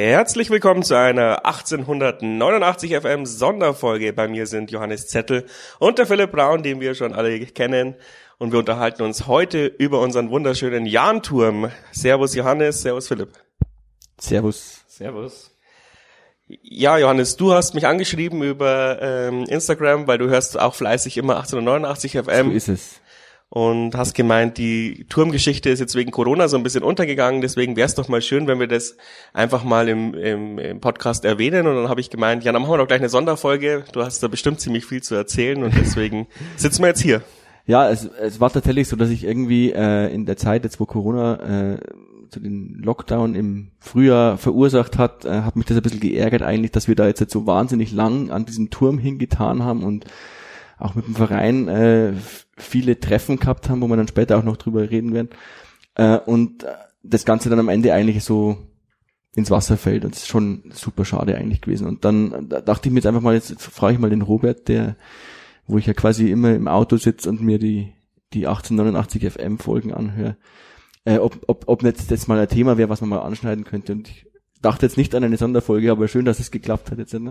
Herzlich willkommen zu einer 1889 FM Sonderfolge. Bei mir sind Johannes Zettel und der Philipp Braun, den wir schon alle kennen. Und wir unterhalten uns heute über unseren wunderschönen Jahnturm. Servus Johannes, servus Philipp. Servus. Servus. Ja, Johannes, du hast mich angeschrieben über Instagram, weil du hörst auch fleißig immer 1889 FM. So ist es. Und hast gemeint, die Turmgeschichte ist jetzt wegen Corona so ein bisschen untergegangen, deswegen wäre es doch mal schön, wenn wir das einfach mal im Podcast erwähnen. Und dann habe ich gemeint, ja, dann machen wir doch gleich eine Sonderfolge. Du hast da bestimmt ziemlich viel zu erzählen und deswegen sitzen wir jetzt hier. Ja, es war tatsächlich so, dass ich irgendwie in der Zeit, jetzt wo Corona so den Lockdown im Frühjahr verursacht hat mich das ein bisschen geärgert eigentlich, dass wir da jetzt so wahnsinnig lang an diesem Turm hingetan haben und auch mit dem Verein viele Treffen gehabt haben, wo wir dann später auch noch drüber reden werden. Und das Ganze dann am Ende eigentlich so ins Wasser fällt. Und das ist schon super schade eigentlich gewesen. Und dann dachte ich mir jetzt einfach mal, jetzt frage ich mal den Robert, wo ich ja quasi immer im Auto sitze und mir die 1889 FM Folgen anhöre, ob nicht das mal ein Thema wäre, was man mal anschneiden könnte. Und ich dachte jetzt nicht an eine Sonderfolge, aber schön, dass es geklappt hat jetzt, ne?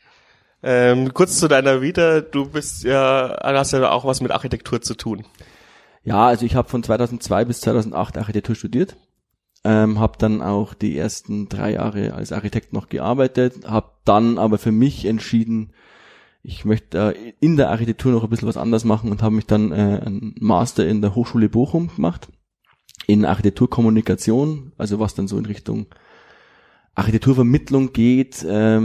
Kurz zu deiner Vita, du hast ja auch was mit Architektur zu tun. Ja, also ich habe von 2002 bis 2008 Architektur studiert, habe dann auch die ersten 3 Jahre als Architekt noch gearbeitet, habe dann aber für mich entschieden, ich möchte in der Architektur noch ein bisschen was anderes machen und habe mich dann einen Master in der Hochschule Bochum gemacht, in Architekturkommunikation, also was dann so in Richtung Architekturvermittlung geht,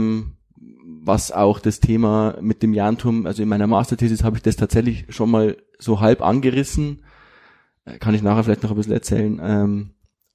was auch das Thema mit dem Jahnturm, also in meiner Masterthesis habe ich das tatsächlich schon mal so halb angerissen, kann ich nachher vielleicht noch ein bisschen erzählen,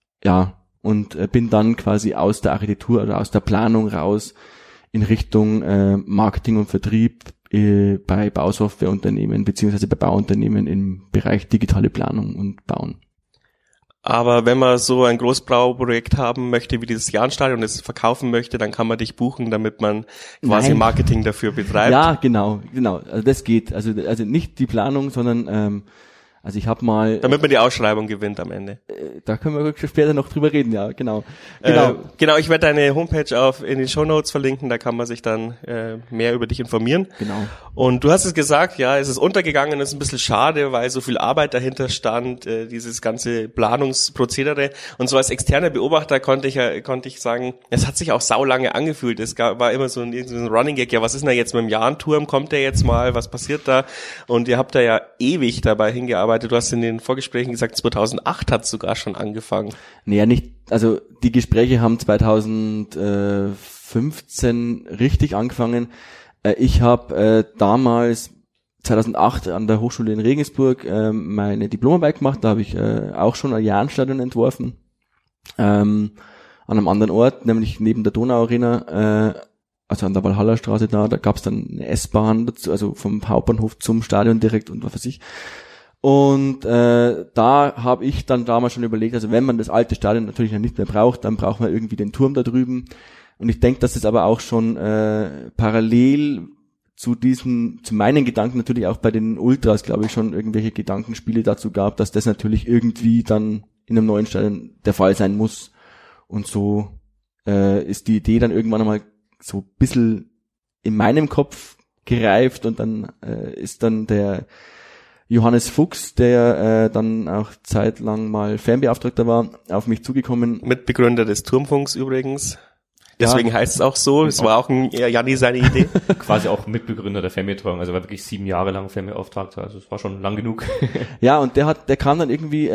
und bin dann quasi aus der Architektur oder aus der Planung raus in Richtung Marketing und Vertrieb bei Bausoftwareunternehmen beziehungsweise bei Bauunternehmen im Bereich digitale Planung und Bauen. Aber wenn man so ein Großbauprojekt haben möchte wie dieses Jahnstadion und es verkaufen möchte, dann kann man dich buchen, damit man quasi Marketing dafür betreibt. Ja, genau. Also das geht. Also nicht die Planung, sondern also ich habe mal... Damit man die Ausschreibung gewinnt am Ende. Da können wir später noch drüber reden, ja, genau. Genau, ich werde deine Homepage in den Shownotes verlinken, da kann man sich dann mehr über dich informieren. Genau. Und du hast es gesagt, ja, es ist untergegangen, es ist ein bisschen schade, weil so viel Arbeit dahinter stand, dieses ganze Planungsprozedere. Und so als externer Beobachter konnte ich sagen, es hat sich auch saulange angefühlt. War immer so ein Running Gag, ja, was ist denn da jetzt mit dem Jahnturm? Kommt der jetzt mal? Was passiert da? Und ihr habt da ja ewig dabei hingearbeitet. Du hast in den Vorgesprächen gesagt, 2008 hat es sogar schon angefangen. Naja, also die Gespräche haben 2015 richtig angefangen. Ich habe damals 2008 an der Hochschule in Regensburg meine Diplomarbeit gemacht. Da habe ich auch schon ein Jahnstadion entworfen. An einem anderen Ort, nämlich neben der Donauarena, also an der Walhallerstraße da gab es dann eine S-Bahn dazu, also vom Hauptbahnhof zum Stadion direkt und was weiß ich. Und da habe ich dann damals schon überlegt, also wenn man das alte Stadion natürlich noch nicht mehr braucht, dann braucht man irgendwie den Turm da drüben. Und ich denke, dass es aber auch schon parallel zu meinen Gedanken natürlich auch bei den Ultras, glaube ich, schon irgendwelche Gedankenspiele dazu gab, dass das natürlich irgendwie dann in einem neuen Stadion der Fall sein muss. Und so ist die Idee dann irgendwann einmal so ein bisschen in meinem Kopf gereift und dann ist dann der Johannes Fuchs, der dann auch zeitlang mal Fernbeauftragter war, auf mich zugekommen. Mitbegründer des Turmfunks übrigens. Deswegen heißt es auch so. Es war auch Janni seine Idee. Quasi auch Mitbegründer der Fernbetreuung. Also war wirklich 7 Jahre lang Fernbeauftragter. Also es war schon lang genug. Ja, und der kam dann irgendwie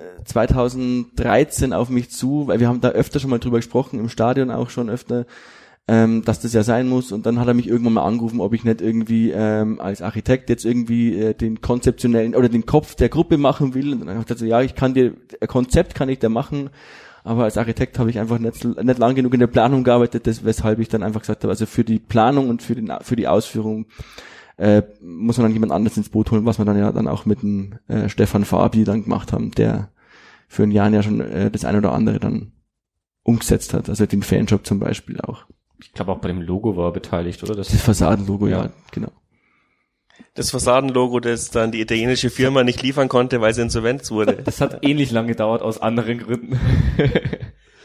2013 auf mich zu, weil wir haben da öfter schon mal drüber gesprochen, im Stadion auch schon öfter, dass das ja sein muss. Und dann hat er mich irgendwann mal angerufen, ob ich nicht irgendwie als Architekt jetzt irgendwie den konzeptionellen oder den Kopf der Gruppe machen will. Und dann habe ich gesagt, so, ja, ein Konzept kann ich da machen, aber als Architekt habe ich einfach nicht lang genug in der Planung gearbeitet, weshalb ich dann einfach gesagt habe, also für die Planung und für die Ausführung muss man dann jemand anderes ins Boot holen, was wir dann auch mit dem Stefan Fabi dann gemacht haben, der für ein Jahr ja schon das ein oder andere dann umgesetzt hat, also den Fanshop zum Beispiel auch. Ich glaube auch bei dem Logo war er beteiligt, oder? Das Fassadenlogo, ja, genau. Das Fassadenlogo, das dann die italienische Firma nicht liefern konnte, weil sie insolvent wurde. Das hat ähnlich lange gedauert aus anderen Gründen.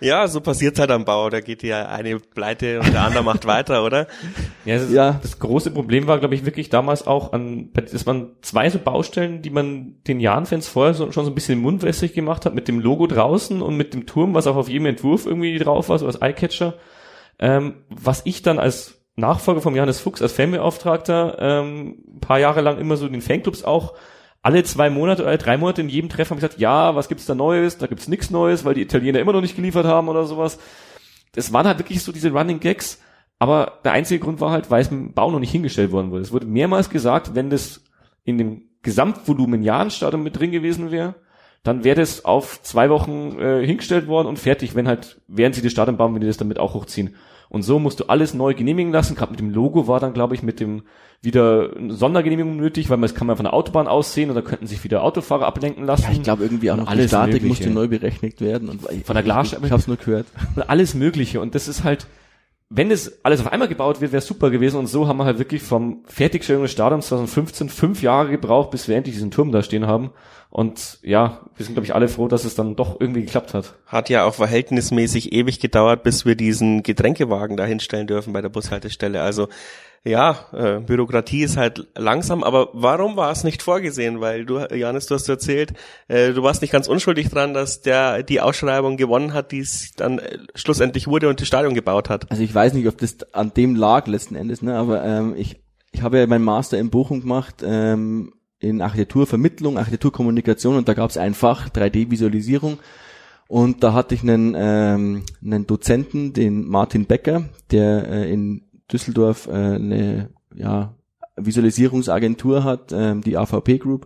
Ja, so passiert's halt am Bau. Da geht ja eine pleite und der andere macht weiter, oder? Ja, das große Problem war, glaube ich, wirklich damals auch es waren 2 so Baustellen, die man den Jahn-Fans vorher schon so ein bisschen mundwässrig gemacht hat, mit dem Logo draußen und mit dem Turm, was auch auf jedem Entwurf irgendwie drauf war, so als Eyecatcher. Was ich dann als Nachfolger vom Johannes Fuchs, als Fanbeauftragter, ein paar Jahre lang immer so in den Fanclubs auch alle 2 Monate oder 3 Monate in jedem Treffen habe ich gesagt, ja, was gibt's da Neues? Da gibt's nichts Neues, weil die Italiener immer noch nicht geliefert haben oder sowas. Das waren halt wirklich so diese Running Gags, aber der einzige Grund war halt, weil es mit dem Bau noch nicht hingestellt worden wurde. Es wurde mehrmals gesagt, wenn das in dem Gesamtvolumen Jahn-Stadion mit drin gewesen wäre, dann wäre das auf 2 Wochen hingestellt worden und fertig, während sie das Stadion bauen, wenn die das damit auch hochziehen. Und so musst du alles neu genehmigen lassen. Gerade mit dem Logo war dann, glaube ich, mit dem wieder eine Sondergenehmigung nötig, weil das kann man von der Autobahn aus sehen und da könnten sich wieder Autofahrer ablenken lassen. Ja, ich glaube irgendwie auch noch die Statik musste neu berechnet werden. Und von der Glasscheibe. Ich habe es nur gehört. Und alles Mögliche. Und das ist halt, wenn das alles auf einmal gebaut wird, wäre super gewesen. Und so haben wir halt wirklich vom Fertigstellung des Stadions 2015 5 Jahre gebraucht, bis wir endlich diesen Turm da stehen haben. Und ja, wir sind, glaube ich, alle froh, dass es dann doch irgendwie geklappt hat. Hat ja auch verhältnismäßig ewig gedauert, bis wir diesen Getränkewagen da hinstellen dürfen bei der Bushaltestelle. Also ja, Bürokratie ist halt langsam, aber warum war es nicht vorgesehen? Weil du, Johannes, du hast erzählt, du warst nicht ganz unschuldig dran, dass der die Ausschreibung gewonnen hat, die es dann schlussendlich wurde und das Stadion gebaut hat. Also ich weiß nicht, ob das an dem lag letzten Endes, ne? Aber ich habe ja meinen Master in Bochum gemacht, in Architekturvermittlung, Architekturkommunikation, und da gab es ein Fach 3D-Visualisierung, und da hatte ich einen Dozenten, den Martin Becker, der in Düsseldorf eine Visualisierungsagentur hat, die AVP Group,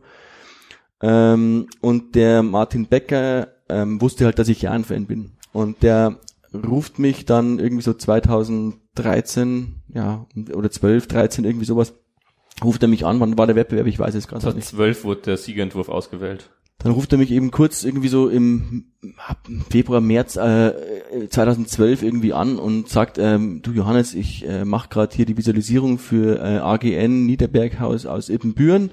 und der Martin Becker wusste halt, dass ich Jahn-Fan bin, und der ruft mich dann irgendwie so 2013, oder 12, 13, irgendwie sowas, ruft er mich an, wann war der Wettbewerb, ich weiß es gerade nicht. 2012 wurde der Siegerentwurf ausgewählt. Dann ruft er mich eben kurz irgendwie so im Februar, März 2012 irgendwie an und sagt, du Johannes, ich mache gerade hier die Visualisierung für AGN Niederberghaus aus Ippenbüren.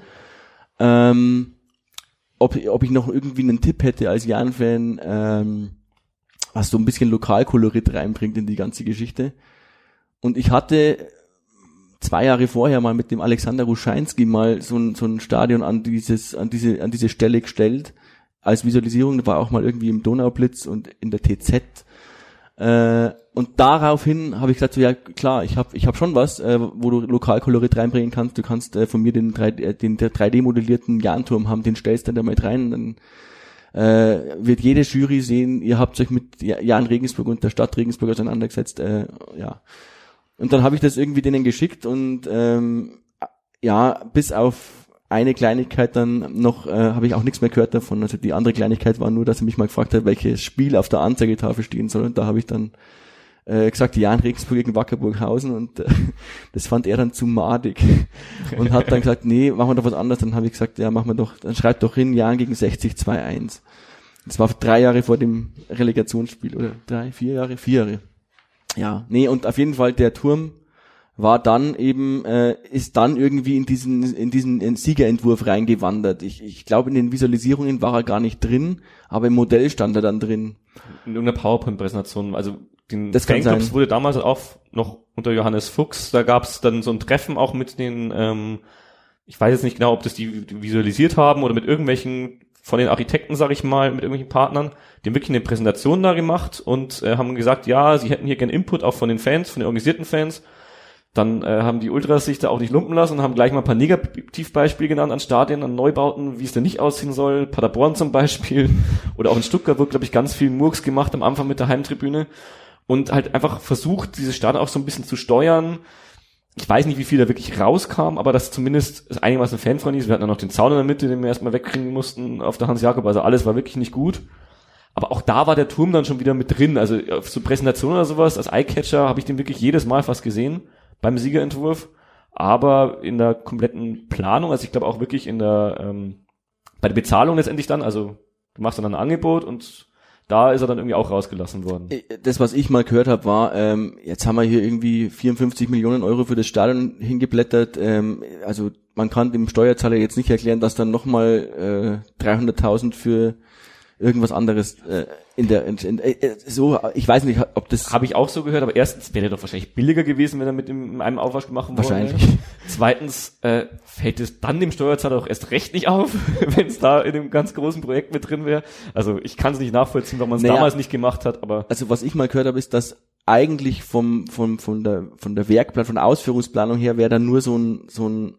Ob ich noch irgendwie einen Tipp hätte als Jahn-Fan, was so ein bisschen Lokalkolorit reinbringt in die ganze Geschichte. Und ich hatte 2 Jahre vorher mal mit dem Alexander Ruscheinski mal so ein Stadion an diese Stelle gestellt als Visualisierung. Da war auch mal irgendwie im Donaublitz und in der TZ. Und daraufhin habe ich gesagt, so, ja klar, ich hab schon was, wo du Lokalkolorit reinbringen kannst. Du kannst von mir den 3D-modellierten Jahn-Turm haben, den stellst du da mit rein. Dann wird jede Jury sehen, ihr habt euch mit Jahn Regensburg und der Stadt Regensburg auseinandergesetzt. Und dann habe ich das irgendwie denen geschickt, und bis auf eine Kleinigkeit dann noch habe ich auch nichts mehr gehört davon. Also die andere Kleinigkeit war nur, dass er mich mal gefragt hat, welches Spiel auf der Anzeigetafel stehen soll, und da habe ich dann gesagt, Jahn Regensburg gegen Wackerburghausen, und das fand er dann zu madig und hat dann gesagt, nee, machen wir doch was anderes. Dann habe ich gesagt, ja, dann schreibt doch hin, Jahn gegen 60 2-1. Das war 3 Jahre vor dem Relegationsspiel, oder 4 Jahre. Ja, nee, und auf jeden Fall der Turm war dann eben, ist dann irgendwie in diesen Siegerentwurf reingewandert. Ich glaube, in den Visualisierungen war er gar nicht drin, aber im Modell stand er dann drin. In irgendeiner PowerPoint-Präsentation, also den das Fanclubs wurde damals auch noch unter Johannes Fuchs, da gab es dann so ein Treffen auch mit den, ich weiß jetzt nicht genau, ob das die visualisiert haben oder mit irgendwelchen von den Architekten, sag ich mal, mit irgendwelchen Partnern, die haben wirklich eine Präsentation da gemacht und haben gesagt, ja, sie hätten hier gern Input auch von den Fans, von den organisierten Fans. Dann haben die Ultras sich da auch nicht lumpen lassen und haben gleich mal ein paar Negativbeispiele genannt an Stadien, an Neubauten, wie es denn nicht aussehen soll. Paderborn zum Beispiel. Oder auch in Stuttgart wird, glaube ich, ganz viel Murks gemacht am Anfang mit der Heimtribüne. Und halt einfach versucht, dieses Stadion auch so ein bisschen zu steuern. Ich weiß nicht, wie viel da wirklich rauskam, aber dass zumindest es einigermaßen fanfreundlich ist. Wir hatten dann noch den Zaun in der Mitte, den wir erstmal wegkriegen mussten auf der Hans-Jakob. Also alles war wirklich nicht gut. Aber auch da war der Turm dann schon wieder mit drin. Also auf so Präsentationen oder sowas, als Eyecatcher habe ich den wirklich jedes Mal fast gesehen beim Siegerentwurf. Aber in der kompletten Planung, also ich glaube auch wirklich in der bei der Bezahlung letztendlich dann, also du machst dann ein Angebot und da ist er dann irgendwie auch rausgelassen worden. Das, was ich mal gehört habe, war, jetzt haben wir hier irgendwie 54 Millionen Euro für das Stadion hingeblättert. Also man kann dem Steuerzahler jetzt nicht erklären, dass dann nochmal 300.000 für irgendwas anderes so, ich weiß nicht, ob das... Habe ich auch so gehört, aber erstens wäre der doch wahrscheinlich billiger gewesen, wenn er mit in einem Aufwasch gemacht worden Wahrscheinlich. wäre. Zweitens fällt es dann dem Steuerzahler doch erst recht nicht auf, wenn es da in einem ganz großen Projekt mit drin wäre. Also ich kann es nicht nachvollziehen, warum man es damals nicht gemacht hat, aber... Also was ich mal gehört habe, ist, dass eigentlich von der Werkplan, von der Ausführungsplanung her wäre dann nur so ein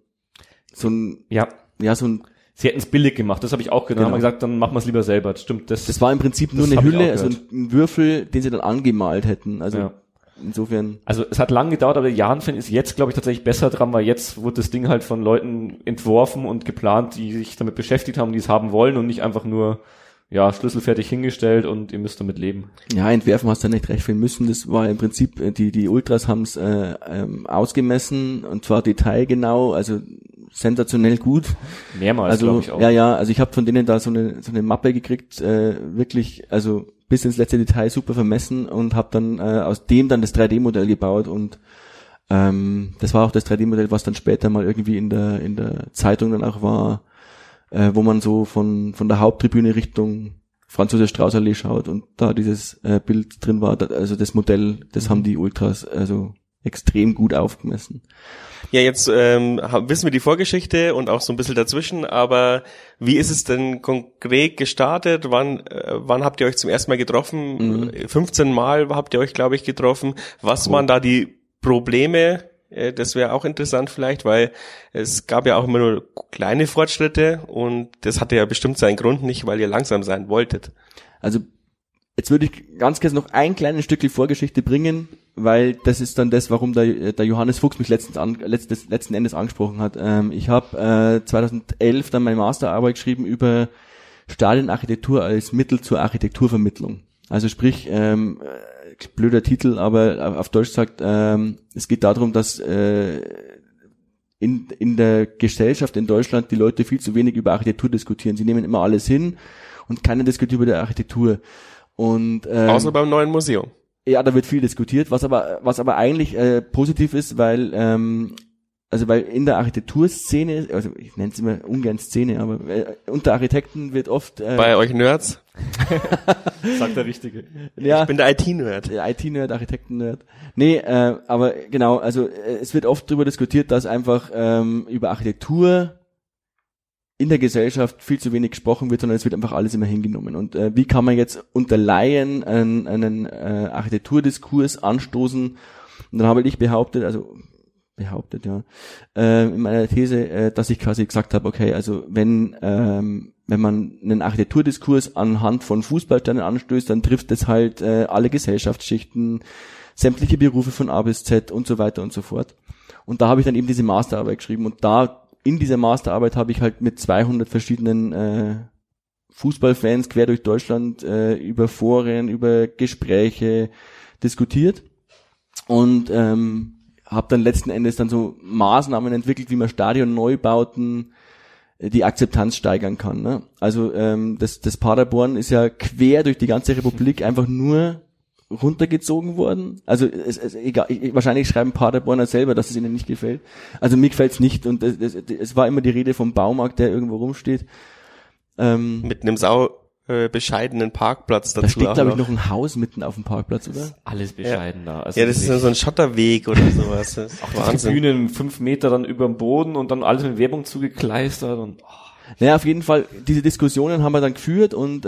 Sie hätten es billig gemacht, das habe ich auch gedacht. Genau. Haben wir gesagt, dann machen wir es lieber selber. Das stimmt. Das war im Prinzip nur das eine hab ich Hülle, auch also gehört. ein Würfel, den sie dann angemalt hätten. Also insofern. Also es hat lang gedauert, aber der Jahn-Fan ist jetzt, glaube ich, tatsächlich besser dran, weil jetzt wurde das Ding halt von Leuten entworfen und geplant, die sich damit beschäftigt haben, die es haben wollen und nicht einfach nur schlüsselfertig hingestellt und ihr müsst damit leben. Ja, entwerfen hast du nicht recht viel müssen. Das war im Prinzip, die Ultras haben es ausgemessen und zwar detailgenau, also sensationell gut. Mehrmals, Also glaube ich auch. ja, also ich habe von denen da so eine Mappe gekriegt, wirklich, also bis ins letzte Detail super vermessen und habe dann aus dem dann das 3D-Modell gebaut und das war auch das 3D-Modell, was dann später mal irgendwie in der Zeitung dann auch war, wo man so von der Haupttribüne Richtung Franz-Josef-Strauß-Allee schaut und da dieses Bild drin war, also das Modell, das haben die Ultras also extrem gut aufgemessen. Ja, jetzt wissen wir die Vorgeschichte und auch so ein bisschen dazwischen, aber wie ist es denn konkret gestartet? Wann habt ihr euch zum ersten Mal getroffen? 15 Mal habt ihr euch, glaube ich, getroffen. Was waren da die Probleme? Das wäre auch interessant vielleicht, weil es gab ja auch immer nur kleine Fortschritte und das hatte ja bestimmt seinen Grund nicht, weil ihr langsam sein wolltet. Also jetzt würde ich ganz kurz noch ein kleines Stückchen Vorgeschichte bringen, weil das ist dann das, warum der Johannes Fuchs mich letzten Endes angesprochen hat. Ich habe 2011 dann meine Masterarbeit geschrieben über Stadionarchitektur als Mittel zur Architekturvermittlung. Also sprich, blöder Titel, aber auf Deutsch sagt, es geht darum, dass in der Gesellschaft in Deutschland die Leute viel zu wenig über Architektur diskutieren. Sie nehmen immer alles hin und keiner diskutiert über die Architektur. Und außer beim neuen Museum. Ja, da wird viel diskutiert, was aber eigentlich positiv ist, weil in der Architekturszene, also ich nenne es immer ungern Szene, aber unter Architekten wird oft bei euch Nerds? Sagt der Richtige. Ja, ich bin der IT-Nerd. Der IT-Nerd, Architekten-Nerd. Nee, aber genau, also es wird oft darüber diskutiert, dass einfach über Architektur in der Gesellschaft viel zu wenig gesprochen wird, sondern es wird einfach alles immer hingenommen. Und wie kann man jetzt unter Laien einen Architekturdiskurs anstoßen? Und dann habe ich behauptet, in meiner These, dass ich quasi gesagt habe, okay, also wenn man einen Architekturdiskurs anhand von Fußballsternen anstößt, dann trifft es halt alle Gesellschaftsschichten, sämtliche Berufe von A bis Z und so weiter und so fort. Und da habe ich dann eben diese Masterarbeit geschrieben und in dieser Masterarbeit habe ich halt mit 200 verschiedenen Fußballfans quer durch Deutschland über Foren, über Gespräche diskutiert und habe dann letzten Endes dann so Maßnahmen entwickelt, wie man Stadionneubauten die Akzeptanz steigern kann. Ne? Also das Paderborn ist ja quer durch die ganze Republik einfach nur runtergezogen worden. Also egal, wahrscheinlich schreiben Paderborner selber, dass es ihnen nicht gefällt. Also mir gefällt's nicht und es war immer die Rede vom Baumarkt, der irgendwo rumsteht. Mit einem bescheidenen Parkplatz dazu. Da steht, glaube ich, noch ein Haus mitten auf dem Parkplatz, oder? Alles bescheiden da. Also ja, das ist so ein Schotterweg oder sowas. Das ist auch Wahnsinn. die Tribünen 5 Meter dann über dem Boden und dann alles mit Werbung zugekleistert und Naja, auf jeden Fall, diese Diskussionen haben wir dann geführt und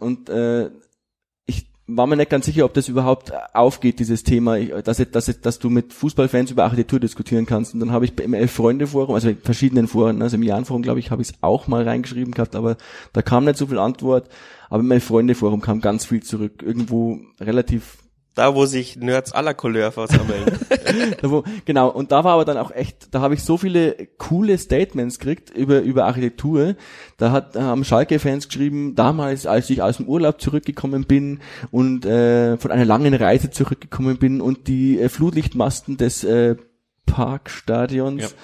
ich war mir nicht ganz sicher, ob das überhaupt aufgeht, dieses Thema, dass du mit Fußballfans über Architektur diskutieren kannst. Und dann habe ich im Elf-Freunde-Forum, also in verschiedenen Foren, also im Jahn-Forum, glaube ich, habe ich es auch mal reingeschrieben gehabt, aber da kam nicht so viel Antwort. Aber im Elf-Freunde-Forum kam ganz viel zurück. Irgendwo relativ... Da, wo sich Nerds aller Couleur versammeln. Genau, und da war aber dann auch echt, da habe ich so viele coole Statements gekriegt über Architektur. Da haben Schalke-Fans geschrieben, damals, als ich aus dem Urlaub zurückgekommen bin und von einer langen Reise zurückgekommen bin und die Flutlichtmasten des Parkstadions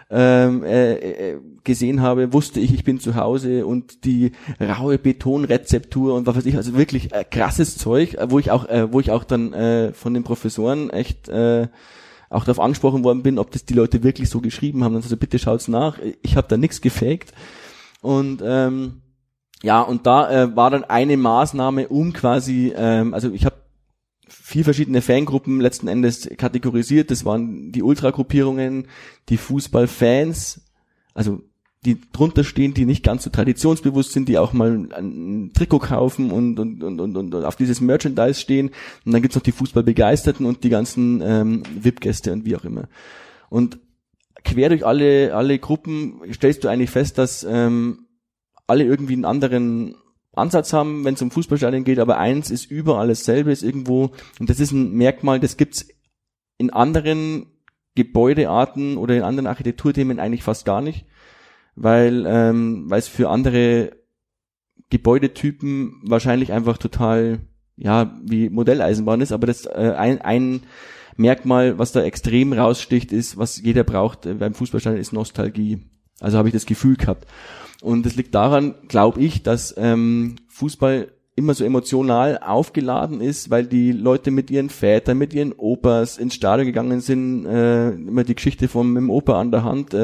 gesehen habe, wusste ich bin zu Hause und die raue Betonrezeptur und was weiß ich, also wirklich krasses Zeug, wo ich auch dann von den Professoren echt auch darauf angesprochen worden bin, ob das die Leute wirklich so geschrieben haben. Also bitte schaut's nach. Ich habe da nichts gefaked. Und Ja, und da war dann eine Maßnahme, um quasi, also ich habe 4 verschiedene Fangruppen letzten Endes kategorisiert. Das waren die Ultragruppierungen, die Fußballfans, also die drunter stehen, die nicht ganz so traditionsbewusst sind, die auch mal ein Trikot kaufen und auf dieses Merchandise stehen. Und dann gibt's noch die Fußballbegeisterten und die ganzen VIP-Gäste und wie auch immer. Und quer durch alle Gruppen stellst du eigentlich fest, dass alle irgendwie einen anderen Ansatz haben, wenn es um Fußballstadien geht, aber eins ist überall dasselbe, ist irgendwo, und das ist ein Merkmal, das gibt's in anderen Gebäudearten oder in anderen Architekturthemen eigentlich fast gar nicht, weil es für andere Gebäudetypen wahrscheinlich einfach total, ja, wie Modelleisenbahn ist, aber das ein Merkmal, was da extrem raussticht, ist, was jeder braucht beim Fußballstadion, ist Nostalgie. Also habe ich das Gefühl gehabt. Und das liegt daran, glaube ich, dass Fußball immer so emotional aufgeladen ist, weil die Leute mit ihren Vätern, mit ihren Opas ins Stadion gegangen sind, immer die Geschichte vom mit dem Opa an der Hand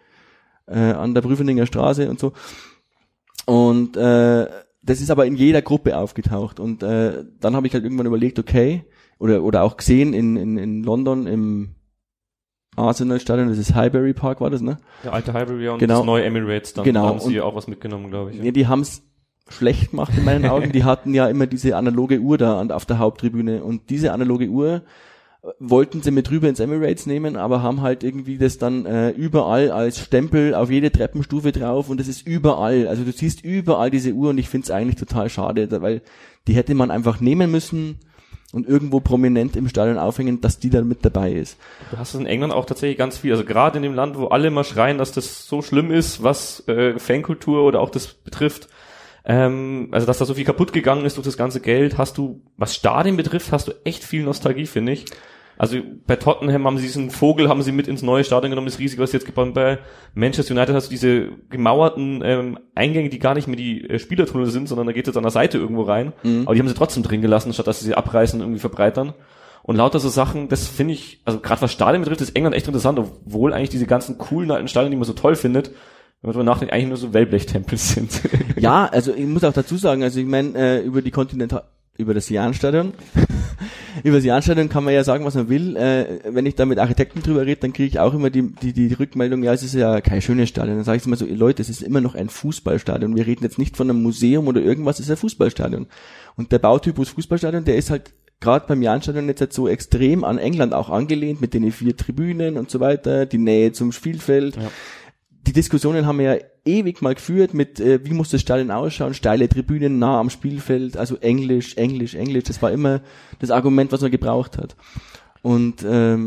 an der Prüfeninger Straße und so. Und das ist aber in jeder Gruppe aufgetaucht. Und dann habe ich halt irgendwann überlegt, okay, oder auch gesehen in London im Arsenal-Stadion, das ist Highbury Park, war das, ne? Der alte Highbury und genau. Das neue Emirates, dann genau. haben sie auch was mitgenommen, glaube ich. Ja, die haben's schlecht gemacht in meinen Augen. Die hatten ja immer diese analoge Uhr da auf der Haupttribüne und diese analoge Uhr wollten sie mit rüber ins Emirates nehmen, aber haben halt irgendwie das dann überall als Stempel auf jede Treppenstufe drauf und das ist überall. Also du siehst überall diese Uhr und ich find's eigentlich total schade, weil die hätte man einfach nehmen müssen und irgendwo prominent im Stadion aufhängen, dass die dann mit dabei ist. Du hast es in England auch tatsächlich ganz viel, also gerade in dem Land, wo alle mal schreien, dass das so schlimm ist, was Fankultur oder auch das betrifft, also dass da so viel kaputt gegangen ist durch das ganze Geld, hast du, was Stadien betrifft, hast du echt viel Nostalgie, finde ich. Also bei Tottenham haben sie diesen Vogel, haben sie mit ins neue Stadion genommen, das riesige, was jetzt gebaut. Bei Manchester United hast du diese gemauerten Eingänge, die gar nicht mehr die Spielertunnel sind, sondern da geht es jetzt an der Seite irgendwo rein. Mhm. Aber die haben sie trotzdem drin gelassen, statt dass sie abreißen und irgendwie verbreitern. Und lauter so Sachen, das finde ich, also gerade was Stadien betrifft, ist England echt interessant, obwohl eigentlich diese ganzen coolen alten Stadien, die man so toll findet, wenn man darüber nachdenkt, eigentlich nur so Wellblechtempel sind. Ja, also ich muss auch dazu sagen, also ich meine, über das Jahnstadion. Über das Jahnstadion kann man ja sagen, was man will. Wenn ich da mit Architekten drüber rede, dann kriege ich auch immer die Rückmeldung, ja, es ist ja kein schönes Stadion. Dann sage ich immer so, Leute, es ist immer noch ein Fußballstadion. Wir reden jetzt nicht von einem Museum oder irgendwas, es ist ein Fußballstadion. Und der Bautypus Fußballstadion, der ist halt gerade beim Jahnstadion jetzt halt so extrem an England auch angelehnt, mit den 4 Tribünen und so weiter, die Nähe zum Spielfeld. Ja. Die Diskussionen haben wir ja ewig mal geführt mit, wie muss das Stadion ausschauen, steile Tribünen nah am Spielfeld, also Englisch, das war immer das Argument, was man gebraucht hat. Und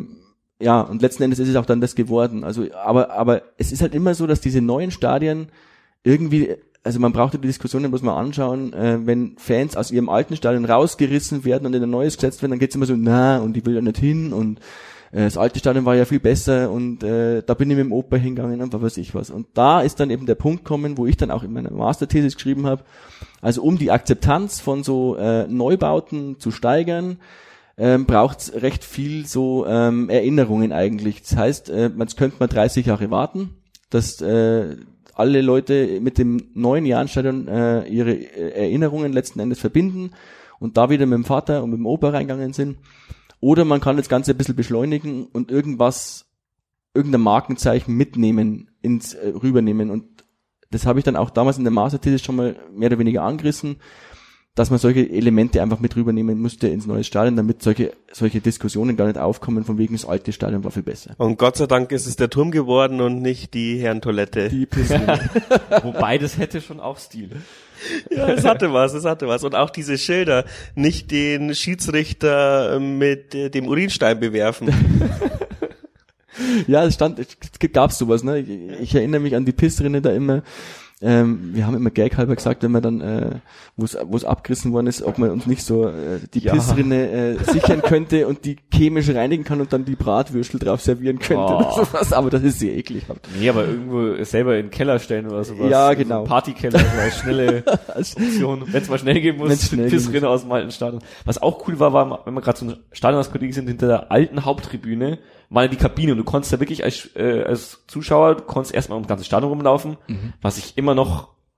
ja, und letzten Endes ist es auch dann das geworden. Also, aber es ist halt immer so, dass diese neuen Stadien irgendwie, also man braucht die Diskussionen bloß mal anschauen, wenn Fans aus ihrem alten Stadion rausgerissen werden und in ein neues gesetzt werden, dann geht's immer so, und ich will da nicht hin und das alte Stadion war ja viel besser und da bin ich mit dem Opa hingegangen und was weiß ich was. Und da ist dann eben der Punkt gekommen, wo ich dann auch in meiner Masterthesis geschrieben habe, also um die Akzeptanz von so Neubauten zu steigern, braucht's recht viel so Erinnerungen eigentlich. Das heißt, man könnte mal 30 Jahre warten, dass alle Leute mit dem neuen Jahnstadion ihre Erinnerungen letzten Endes verbinden und da wieder mit dem Vater und mit dem Opa reingegangen sind. Oder man kann das Ganze ein bisschen beschleunigen und irgendein Markenzeichen mitnehmen, rübernehmen. Und das habe ich dann auch damals in der Masterthesis schon mal mehr oder weniger angerissen, dass man solche Elemente einfach mit rübernehmen müsste ins neue Stadion, damit solche Diskussionen gar nicht aufkommen, von wegen das alte Stadion war viel besser. Und Gott sei Dank ist es der Turm geworden und nicht die Herrentoilette. Die Piscine. Wobei, das hätte schon auch Stil. Ja, es hatte was. Und auch diese Schilder, nicht den Schiedsrichter mit dem Urinstein bewerfen. Ja, es gab's sowas, ne? Ich erinnere mich an die Pissrinne da immer. Wir haben immer gaghalber gesagt, wenn man dann, wo es abgerissen worden ist, ob man uns nicht so die Pissrinne sichern könnte und die chemisch reinigen kann und dann die Bratwürstel drauf servieren könnte oder sowas. Aber das ist sehr eklig. Nee, aber irgendwo selber in den Keller stellen oder sowas. Ja, genau. So Partykeller, als schnelle Option. Wenn es mal schnell gehen muss, Pissrinne aus dem alten Stadion. Was auch cool war, wenn wir gerade zum Stadion aus Kollegen sind, hinter der alten Haupttribüne war die Kabine und du konntest da wirklich als Zuschauer, du konntest erstmal um das ganze Stadion rumlaufen, was ich immer noch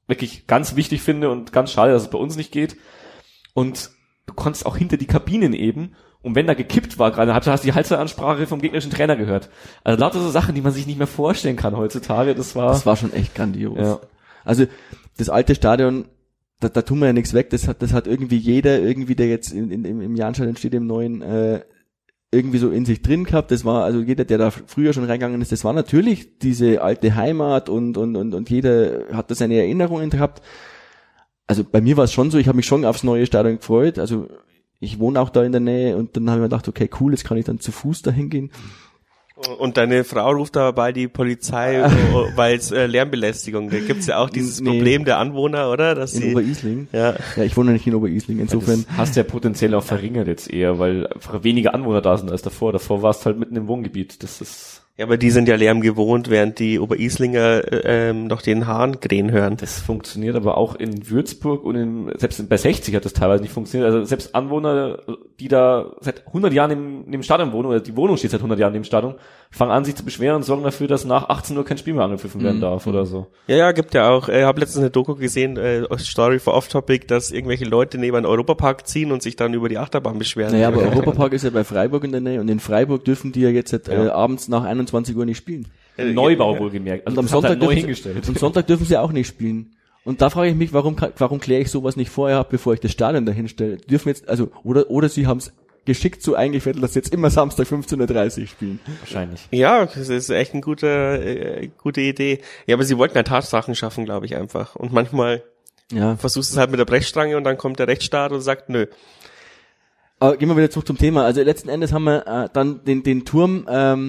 wirklich ganz wichtig finde und ganz schade, dass es bei uns nicht geht. Und du konntest auch hinter die Kabinen eben, und wenn da gekippt war gerade, hast du die Halbzeitansprache vom gegnerischen Trainer gehört. Also lauter so Sachen, die man sich nicht mehr vorstellen kann heutzutage. Das war schon echt grandios. Ja. Also das alte Stadion, da tun wir ja nichts weg. Das hat irgendwie jeder, der jetzt im Jahnstadion steht, im neuen, irgendwie so in sich drin gehabt. Das war, also jeder, der da früher schon reingegangen ist, das war natürlich diese alte Heimat und jeder hat da seine Erinnerungen gehabt. Also bei mir war es schon so, ich habe mich schon aufs neue Stadion gefreut. Also ich wohne auch da in der Nähe und dann habe ich mir gedacht, okay, cool, jetzt kann ich dann zu Fuß dahin gehen. Und deine Frau ruft dabei die Polizei, weil es Lärmbelästigung, da gibt's ja auch dieses Problem der Anwohner, oder? Dass in Oberisling? Ja, ich wohne nicht in Oberisling, insofern. Das hast du ja potenziell auch verringert jetzt eher, weil einfach weniger Anwohner da sind als davor. Davor warst du halt mitten im Wohngebiet, das ist... Ja, aber die sind ja Lärm gewohnt, während die Oberislinger noch den Hahn krähen hören. Das funktioniert aber auch in Würzburg und selbst bei 60 hat das teilweise nicht funktioniert. Also selbst Anwohner, die da seit 100 Jahren in dem Stadion wohnen, oder die Wohnung steht seit 100 Jahren in dem Stadion, fangen an, sich zu beschweren und sorgen dafür, dass nach 18 Uhr kein Spiel mehr angepfiffen werden darf oder so. Ja, gibt ja auch. Ich habe letztens eine Doku gesehen, Story for Off-Topic, dass irgendwelche Leute neben einen Europapark ziehen und sich dann über die Achterbahn beschweren. Naja, aber Europapark ist ja bei Freiburg in der Nähe und in Freiburg dürfen die ja jetzt abends nach 21 Uhr nicht spielen. Neubau wohlgemerkt. Also und am Sonntag dürfen sie auch nicht spielen. Und da frage ich mich, warum kläre ich sowas nicht vorher ab, bevor ich das Stadion dahin stelle? Die dürfen jetzt, also, oder sie haben es geschickt so eingefädelt, dass sie jetzt immer Samstag 15:30 Uhr spielen. Wahrscheinlich. Ja, das ist echt eine gute Idee. Ja, aber sie wollten ja Tatsachen schaffen, glaube ich, einfach. Und manchmal versuchst du es halt mit der Brechstange und dann kommt der Rechtsstaat und sagt, nö. Aber gehen wir wieder zurück zum Thema. Also letzten Endes haben wir dann den Turm,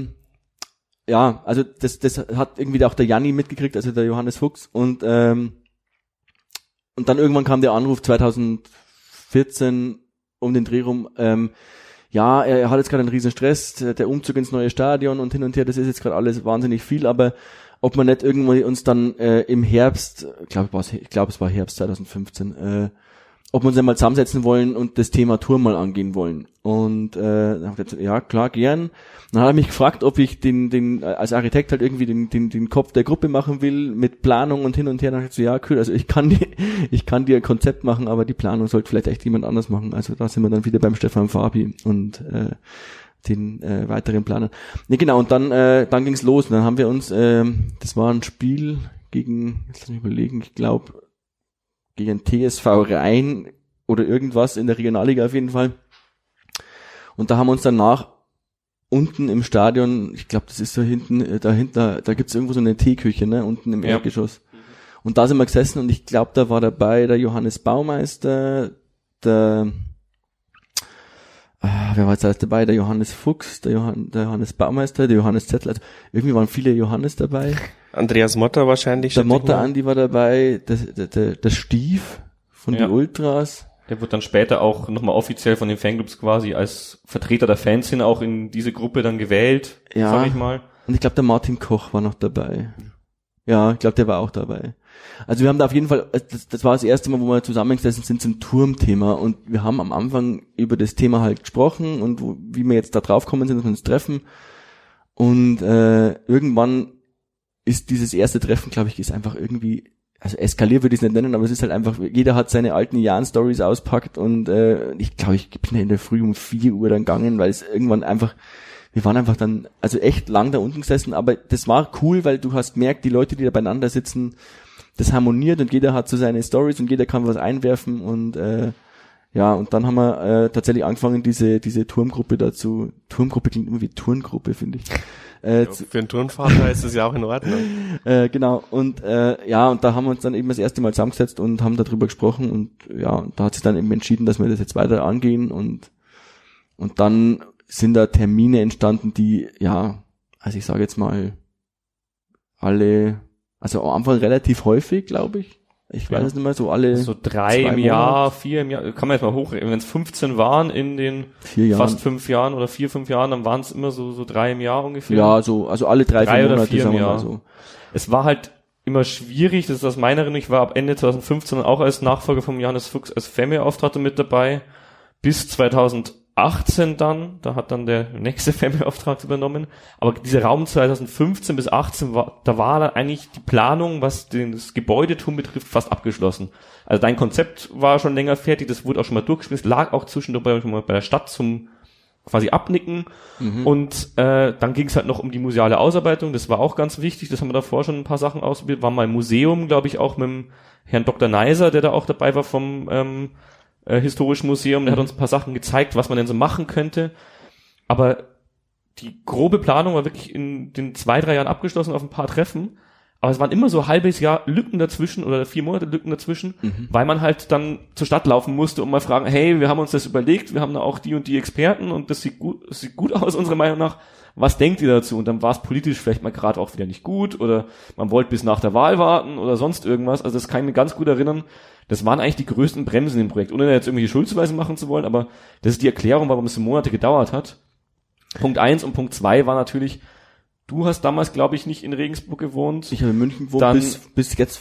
also das hat irgendwie auch der Janni mitgekriegt, also der Johannes Fuchs, und dann irgendwann kam der Anruf 2014 um den Dreh rum, er hat jetzt gerade einen riesen Stress, der Umzug ins neue Stadion und hin und her, das ist jetzt gerade alles wahnsinnig viel, aber ob man nicht irgendwie uns dann im Herbst, ich glaube es war Herbst 2015, ob wir uns einmal zusammensetzen wollen und das Thema Turm mal angehen wollen. Und dann habe ich gesagt, ja klar, gern. Dann hat er mich gefragt, ob ich den als Architekt halt irgendwie den Kopf der Gruppe machen will mit Planung und hin und her. Dann habe ich gesagt, ja cool, also ich kann dir ein Konzept machen, aber die Planung sollte vielleicht echt jemand anders machen. Also da sind wir dann wieder beim Stefan Fabi und den weiteren Planern. Nee, genau, und dann ging's los. Und dann haben wir uns, das war ein Spiel gegen, jetzt lass mich überlegen, ich glaube gegen TSV Rhein oder irgendwas in der Regionalliga auf jeden Fall. Und da haben wir uns danach unten im Stadion, ich glaube, das ist so hinten, dahinter, da gibt's irgendwo so eine Teeküche, ne, unten im Erdgeschoss. Und da sind wir gesessen und ich glaube, da war dabei der Johannes Baumeister, wer war jetzt alles dabei? Der Johannes Fuchs, der Johannes Baumeister, der Johannes Zettel, also irgendwie waren viele Johannes dabei. Andreas Motter wahrscheinlich. Der Motter Andi war dabei, der Stief von die Ultras. Der wird dann später auch nochmal offiziell von den Fanclubs quasi als Vertreter der Fans hin auch in diese Gruppe dann gewählt, sag ich mal. Und ich glaube, der Martin Koch war noch dabei. Ja, ich glaube, der war auch dabei. Also wir haben da auf jeden Fall, das war das erste Mal, wo wir zusammengesessen sind zum Turmthema und wir haben am Anfang über das Thema halt gesprochen und wie wir jetzt da drauf kommen sind, dass wir uns treffen. Und irgendwann ist dieses erste Treffen, glaube ich, ist einfach irgendwie, also eskaliert würde ich es nicht nennen, aber es ist halt einfach, jeder hat seine alten Jahren-Stories auspackt und ich glaube, ich bin ja in der Früh um 4 Uhr dann gegangen, weil es irgendwann einfach, wir waren einfach dann, also echt lang da unten gesessen, aber das war cool, weil du hast gemerkt, die Leute, die da beieinander sitzen, das harmoniert und jeder hat so seine Stories und jeder kann was einwerfen und und dann haben wir tatsächlich angefangen, diese Turmgruppe dazu, Turmgruppe klingt immer wie Turngruppe, finde ich. Für einen Turnvater ist es ja auch in Ordnung. Genau, und und da haben wir uns dann eben das erste Mal zusammengesetzt und haben darüber gesprochen und da hat sich dann eben entschieden, dass wir das jetzt weiter angehen und dann sind da Termine entstanden, die, also ich sage jetzt mal, also am Anfang relativ häufig, glaube ich. Ich weiß es nicht mehr, so alle so 3 im Jahr, 4 im Jahr, kann man jetzt mal hochrechnen. Wenn es 15 waren in den fast 5 Jahren oder 4, 5 Jahren, dann waren es immer so 3 im Jahr ungefähr. Ja, also alle 3, 4 Monate, oder 4 sagen im wir Jahr. mal so. Es war halt immer schwierig, das ist aus meiner Erinnerung, ich war ab Ende 2015 auch als Nachfolger vom Johannes Fuchs als Fanbeauftragter mit dabei, bis 2018 2018 dann, da hat dann der nächste Family-Auftrag übernommen, aber dieser Raum 2015 bis 18 da war dann eigentlich die Planung, was das Gebäudetum betrifft, fast abgeschlossen. Also dein Konzept war schon länger fertig, das wurde auch schon mal durchgespielt, lag auch zwischendurch bei der Stadt zum quasi abnicken und dann ging es halt noch um die museale Ausarbeitung, das war auch ganz wichtig, das haben wir davor schon ein paar Sachen ausprobiert, war mal im Museum, glaube ich, auch mit dem Herrn Dr. Neiser, der da auch dabei war vom Historischen Museum, der hat uns ein paar Sachen gezeigt, was man denn so machen könnte, aber die grobe Planung war wirklich in den 2-3 Jahren abgeschlossen auf ein paar Treffen, aber es waren immer so ein halbes Jahr Lücken dazwischen oder 4 Monate Lücken dazwischen, weil man halt dann zur Stadt laufen musste und mal fragen, hey, wir haben uns das überlegt, wir haben da auch die und die Experten und das sieht gut aus, unserer Meinung nach, was denkt ihr dazu? Und dann war es politisch vielleicht mal gerade auch wieder nicht gut oder man wollte bis nach der Wahl warten oder sonst irgendwas, also das kann ich mir ganz gut erinnern, das waren eigentlich die größten Bremsen im Projekt, ohne jetzt irgendwelche Schuldzuweisungen machen zu wollen, aber das ist die Erklärung, warum es so Monate gedauert hat. Punkt 1 und Punkt 2 war natürlich, du hast damals, glaube ich, nicht in Regensburg gewohnt. Ich habe in München gewohnt, bis jetzt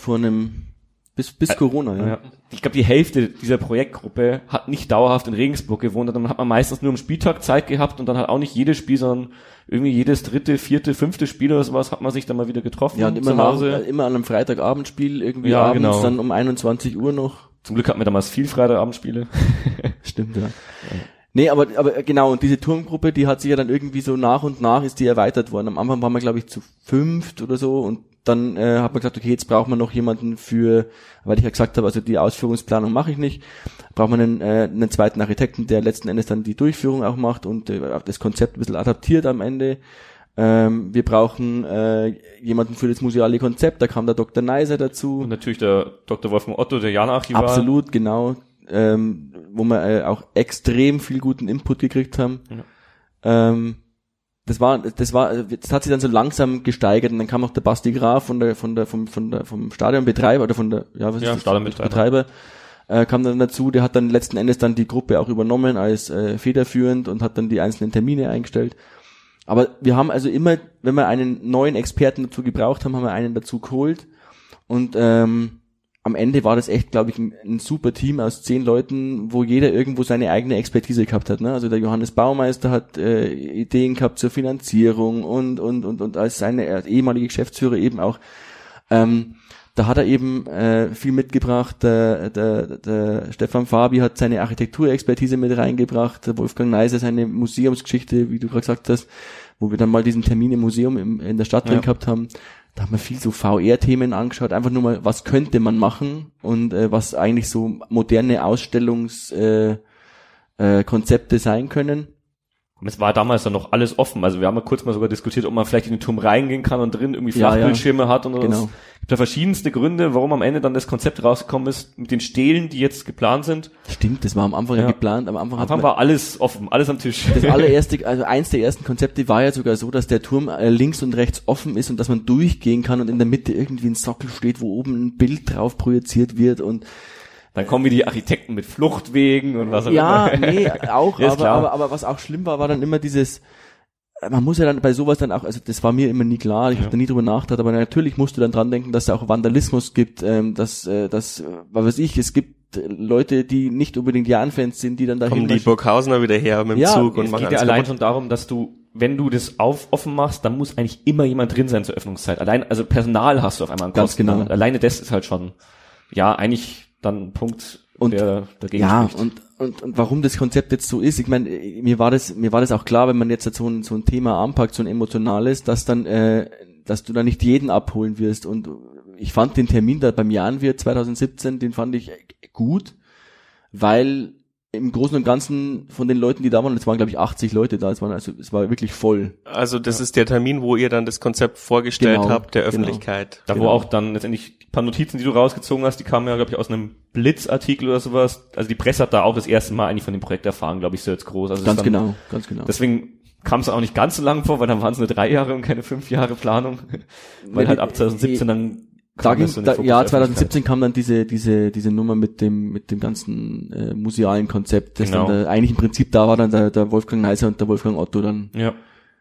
bis Corona, ja. Ich glaube, die Hälfte dieser Projektgruppe hat nicht dauerhaft in Regensburg gewohnt. Und dann hat man meistens nur am Spieltag Zeit gehabt und dann hat auch nicht jedes Spiel, sondern irgendwie jedes 3., 4., 5. Spiel oder sowas hat man sich dann mal wieder getroffen. Ja, und immer an einem Freitagabendspiel irgendwie ja, abends, genau. Dann um 21 Uhr noch. Zum Glück hatten wir damals viel Freitagabendspiele. Stimmt, ja. Nee, aber genau, und diese Turmgruppe, die hat sich ja dann irgendwie so nach und nach ist die erweitert worden. Am Anfang waren wir, glaube ich, zu 5 oder so und dann hat man gesagt, okay, jetzt braucht man noch jemanden weil ich ja gesagt habe, also die Ausführungsplanung mache ich nicht, braucht man einen zweiten Architekten, der letzten Endes dann die Durchführung auch macht und das Konzept ein bisschen adaptiert am Ende. Wir brauchen jemanden für das museale Konzept, da kam der Dr. Neiser dazu. Und natürlich der Dr. Wolfgang Otto, der Jahn-Archivar. Absolut, genau. Wo wir auch extrem viel guten Input gekriegt haben. Ja. Das hat sich dann so langsam gesteigert und dann kam auch der Basti Graf vom Stadionbetreiber oder Stadionbetreiber kam dann dazu, der hat dann letzten Endes dann die Gruppe auch übernommen als federführend und hat dann die einzelnen Termine eingestellt. Aber wir haben also immer, wenn wir einen neuen Experten dazu gebraucht haben, haben wir einen dazu geholt und am Ende war das echt, glaube ich, ein super Team aus 10 Leuten, wo jeder irgendwo seine eigene Expertise gehabt hat. Ne? Also der Johannes Baumeister hat Ideen gehabt zur Finanzierung und als seine ehemalige Geschäftsführer eben auch. Da hat er eben viel mitgebracht. Der Stefan Fabi hat seine Architekturexpertise mit reingebracht. Der Wolfgang Neiser seine Museumsgeschichte, wie du gerade gesagt hast, wo wir dann mal diesen Termin im Museum in der Stadt drin gehabt haben. Da haben wir viel so VR-Themen angeschaut, einfach nur mal, was könnte man machen und was eigentlich so moderne Ausstellungskonzepte sein können. Und es war damals dann noch alles offen, also wir haben ja kurz mal sogar diskutiert, ob man vielleicht in den Turm reingehen kann und drin irgendwie Flachbildschirme hat und genau. Es gibt da verschiedenste Gründe, warum am Ende dann das Konzept rausgekommen ist mit den Stelen, die jetzt geplant sind. Stimmt, das war am Anfang ja geplant. Am Anfang war alles offen, alles am Tisch. Das allererste, also eins der ersten Konzepte war ja sogar so, dass der Turm links und rechts offen ist und dass man durchgehen kann und in der Mitte irgendwie ein Sockel steht, wo oben ein Bild drauf projiziert wird und dann kommen wie die Architekten mit Fluchtwegen und was auch immer. Ja, nee, auch, ja, aber was auch schlimm war dann immer dieses, man muss ja dann bei sowas dann auch, also das war mir immer nie klar, ich habe da nie drüber nachgedacht, aber natürlich musst du dann dran denken, dass es auch Vandalismus gibt, dass was weiß ich, es gibt Leute, die nicht unbedingt Jahn-Fans sind, die dann dahin... Kommen die Burghausener wieder her mit dem Zug und machen es geht ja allein schon darum, dass du, wenn du das offen machst, dann muss eigentlich immer jemand drin sein zur Öffnungszeit. Allein, also Personal hast du auf einmal einen Kosten. Ganz genau. Alleine das ist halt schon, ja, eigentlich dann ein Punkt, der dagegen spricht. Und warum das Konzept jetzt so ist, ich meine, mir war das auch klar, wenn man jetzt so ein Thema anpackt, so ein emotionales, dass dann, dass du da nicht jeden abholen wirst. Und ich fand den Termin da beim Jahnwirt 2017, den fand ich gut, weil im Großen und Ganzen von den Leuten, die da waren, es waren glaube ich 80 Leute da, es war wirklich voll. Also das ist der Termin, wo ihr dann das Konzept vorgestellt habt, der Öffentlichkeit. Da wo auch dann letztendlich ein paar Notizen, die du rausgezogen hast, die kamen ja glaube ich aus einem Blitzartikel oder sowas. Also die Presse hat da auch das erste Mal eigentlich von dem Projekt erfahren, glaube ich, so jetzt groß. Also ganz genau. Deswegen kam es auch nicht ganz so lang vor, weil dann waren es nur 3 Jahre und keine 5 Jahre Planung. Weil halt ab 2017 dann 2017 kam dann diese Nummer mit dem ganzen musealen Konzept, das dann eigentlich im Prinzip da war dann der Wolfgang Neiser und der Wolfgang Otto dann. Ja.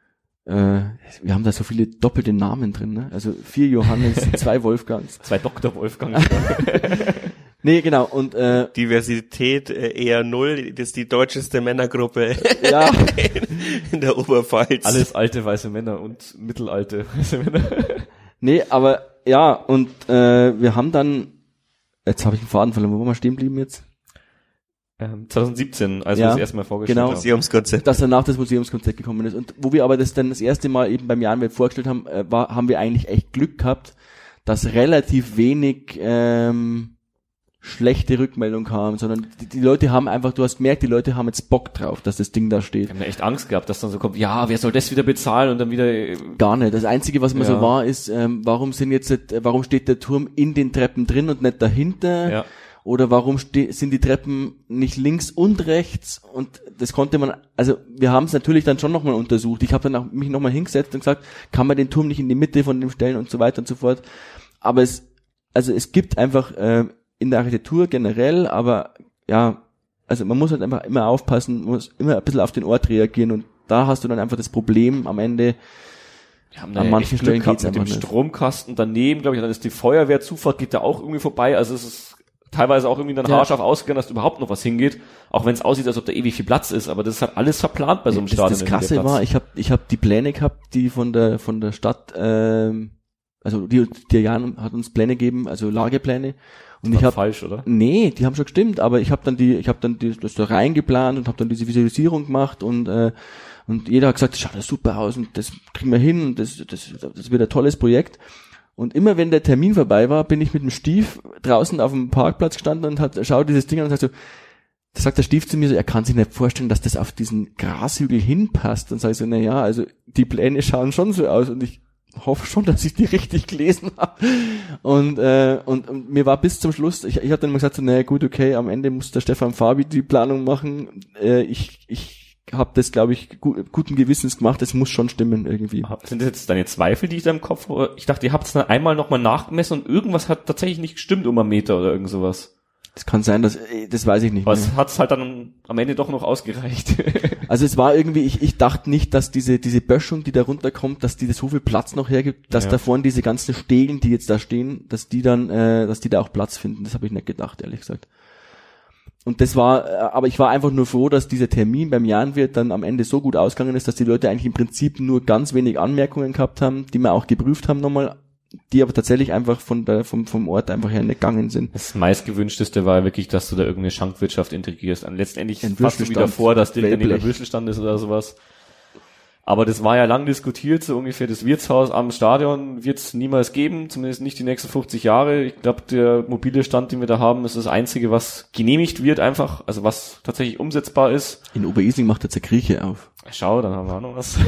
Wir haben da so viele doppelte Namen drin, ne? Also 4 Johannes, 2 Wolfgangs. 2 Dr. Wolfgangs. Nee, genau. Und Diversität eher 0, das ist die deutscheste Männergruppe ja, in der Oberpfalz. Alles alte weiße Männer und mittelalte weiße Männer. nee, aber ja, und wir haben dann, jetzt habe ich einen Faden verloren, wo waren wir stehen geblieben jetzt? 2017, als wir Ja, das erste Mal vorgestellt genau. haben. Museumskonzept. Dass danach das Museumskonzept gekommen ist. Und wo wir aber das dann das erste Mal eben beim Jahrenwelt vorgestellt haben, haben wir eigentlich echt Glück gehabt, dass relativ wenig schlechte Rückmeldung kam, sondern die Leute haben einfach, du hast gemerkt, die Leute haben jetzt Bock drauf, dass das Ding da steht. Wir haben ja echt Angst gehabt, dass dann so kommt, ja, wer soll das wieder bezahlen und dann wieder... Gar nicht. Das Einzige, was mir Ja. so war, ist, warum steht der Turm in den Treppen drin und nicht dahinter? Ja. Oder warum sind die Treppen nicht links und rechts? Und das konnte man, also wir haben es natürlich dann schon nochmal untersucht. Ich habe dann auch mich nochmal hingesetzt und gesagt, kann man den Turm nicht in die Mitte von dem stellen und so weiter und so fort. Aber es gibt einfach in der Architektur generell, aber ja, also man muss halt einfach immer aufpassen, muss immer ein bisschen auf den Ort reagieren und da hast du dann einfach das Problem am Ende. Wir haben da An ja manchen echt Stellen Glück gehabt geht's mit dem einfach nicht. Stromkasten daneben, glaube ich, dann ist die Feuerwehrzufahrt, geht da auch irgendwie vorbei, also es ist teilweise auch irgendwie dann Ja. haarscharf ausgegangen, dass überhaupt noch was hingeht, auch wenn es aussieht, als ob da ewig viel Platz ist, aber das ist halt alles verplant bei so einem Stadion. Das Krasse war, ich hab die Pläne gehabt, die von der Stadt, also der Jan hat uns Pläne gegeben, also Lagepläne. Und ich habe falsch, oder? Nee, die haben schon gestimmt, aber ich habe dann das da reingeplant und habe dann diese Visualisierung gemacht und jeder hat gesagt, das schaut ja super aus und das kriegen wir hin und das wird ein tolles Projekt. Und immer wenn der Termin vorbei war, bin ich mit dem Stief draußen auf dem Parkplatz gestanden und schaut dieses Ding an und sagt so, da sagt der Stief zu mir so, er kann sich nicht vorstellen, dass das auf diesen Grashügel hinpasst. Und sage ich so, na ja, also die Pläne schauen schon so aus und ich hoffe schon, dass ich die richtig gelesen habe. Und mir war bis zum Schluss, ich habe dann immer gesagt, so, naja gut, okay, am Ende muss der Stefan Fabi die Planung machen. Ich habe das, glaube ich, guten Gewissens gemacht, es muss schon stimmen irgendwie. Sind das jetzt deine Zweifel, die ich da im Kopf habe? Ich dachte, ihr habt es dann einmal nochmal nachgemessen und irgendwas hat tatsächlich nicht gestimmt um einen Meter oder irgend sowas. Das kann sein, das weiß ich nicht Aber mehr. es hat's halt dann am Ende doch noch ausgereicht. Also es war irgendwie, ich dachte nicht, dass diese Böschung, die da runterkommt, dass die das so viel Platz noch hergibt, dass Ja. da vorne diese ganzen Stegen, die jetzt da stehen, dass die da auch Platz finden. Das habe ich nicht gedacht, ehrlich gesagt. Und das war, aber ich war einfach nur froh, dass dieser Termin beim Jahrenwirt dann am Ende so gut ausgegangen ist, dass die Leute eigentlich im Prinzip nur ganz wenig Anmerkungen gehabt haben, die wir auch geprüft haben nochmal, die aber tatsächlich einfach vom Ort einfach her nicht gegangen sind. Das meistgewünschteste war wirklich, dass du da irgendeine Schankwirtschaft integrierst. Und letztendlich Ein fasst du wieder Würstelstand, vor, dass der neben der Wellblech. Würstelstand ist oder sowas. Aber das war ja lang diskutiert, so ungefähr das Wirtshaus am Stadion wird es niemals geben, zumindest nicht die nächsten 50 Jahre. Ich glaube, der mobile Stand, den wir da haben, ist das Einzige, was genehmigt wird einfach, also was tatsächlich umsetzbar ist. In Oberising macht jetzt eine Grieche auf. Schau, dann haben wir auch noch was.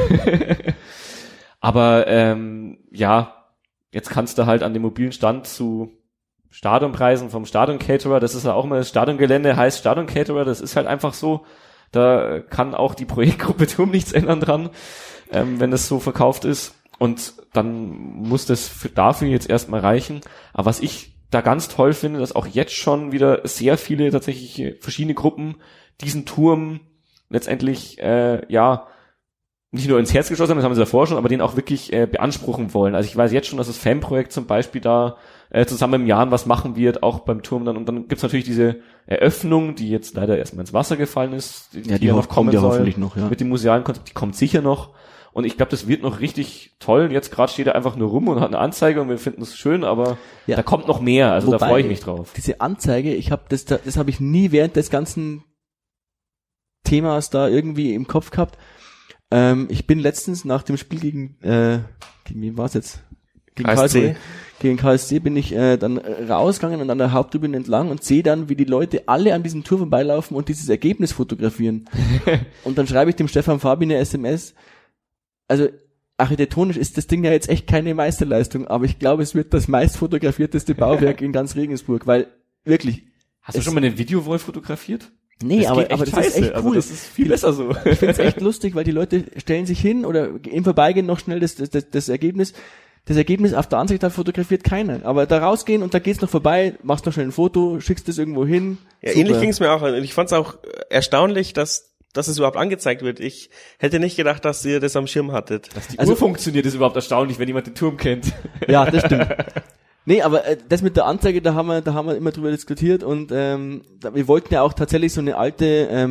Aber ja, jetzt kannst du halt an dem mobilen Stand zu Stadionpreisen vom Stadion-Caterer, das ist ja auch mal das Stadiongelände, heißt Stadion-Caterer, das ist halt einfach so. Da kann auch die Projektgruppe Turm nichts ändern dran, wenn das so verkauft ist. Und dann muss das dafür jetzt erstmal reichen. Aber was ich da ganz toll finde, dass auch jetzt schon wieder sehr viele tatsächlich verschiedene Gruppen diesen Turm letztendlich ja nicht nur ins Herz geschlossen haben, das haben sie davor schon, aber den auch wirklich beanspruchen wollen. Also ich weiß jetzt schon, dass das Fanprojekt zum Beispiel da zusammen im Jahren was machen wird, auch beim Turm dann. Und dann gibt's natürlich diese Eröffnung, die jetzt leider erstmal ins Wasser gefallen ist, Ja, die ja noch kommt ja soll, hoffentlich noch, ja. mit dem musealen Konzept, die kommt sicher noch. Und ich glaube, das wird noch richtig toll. Und jetzt gerade steht er einfach nur rum und hat eine Anzeige und wir finden es schön, aber Ja. da kommt noch mehr. Also Wobei, da freue ich mich drauf. Diese Anzeige, das habe ich nie während des ganzen Themas da irgendwie im Kopf gehabt. Ich bin letztens nach dem Spiel gegen wen war's jetzt? Gegen KSC. Gegen KSC bin ich dann rausgegangen und an der Haupttribüne entlang und sehe dann, wie die Leute alle an diesem Tour vorbeilaufen und dieses Ergebnis fotografieren. Und dann schreibe ich dem Stefan Fabi eine SMS. Also architektonisch ist das Ding ja jetzt echt keine Meisterleistung, aber ich glaube, es wird das meist fotografierteste Bauwerk in ganz Regensburg, weil wirklich. Hast du schon mal eine Videowall fotografiert? Nee, Das aber geht echt das ist echt scheiße. cool. Also das ist viel besser so. Ich finde es echt lustig, weil die Leute stellen sich hin oder im Vorbeigehen noch schnell das Ergebnis. Das Ergebnis auf der Ansicht, da fotografiert keiner. Aber da rausgehen und da geht's noch vorbei, machst noch schnell ein Foto, schickst es irgendwo hin. Ja, Super. ähnlich ging's mir auch. Ich fand's auch erstaunlich, dass es überhaupt angezeigt wird. Ich hätte nicht gedacht, dass ihr das am Schirm hattet. Dass die Also- Uhr funktioniert, ist überhaupt erstaunlich, wenn jemand den Turm kennt. Ja, das stimmt. Nee, aber das mit der Anzeige, da haben wir immer drüber diskutiert und wir wollten ja auch tatsächlich so eine alte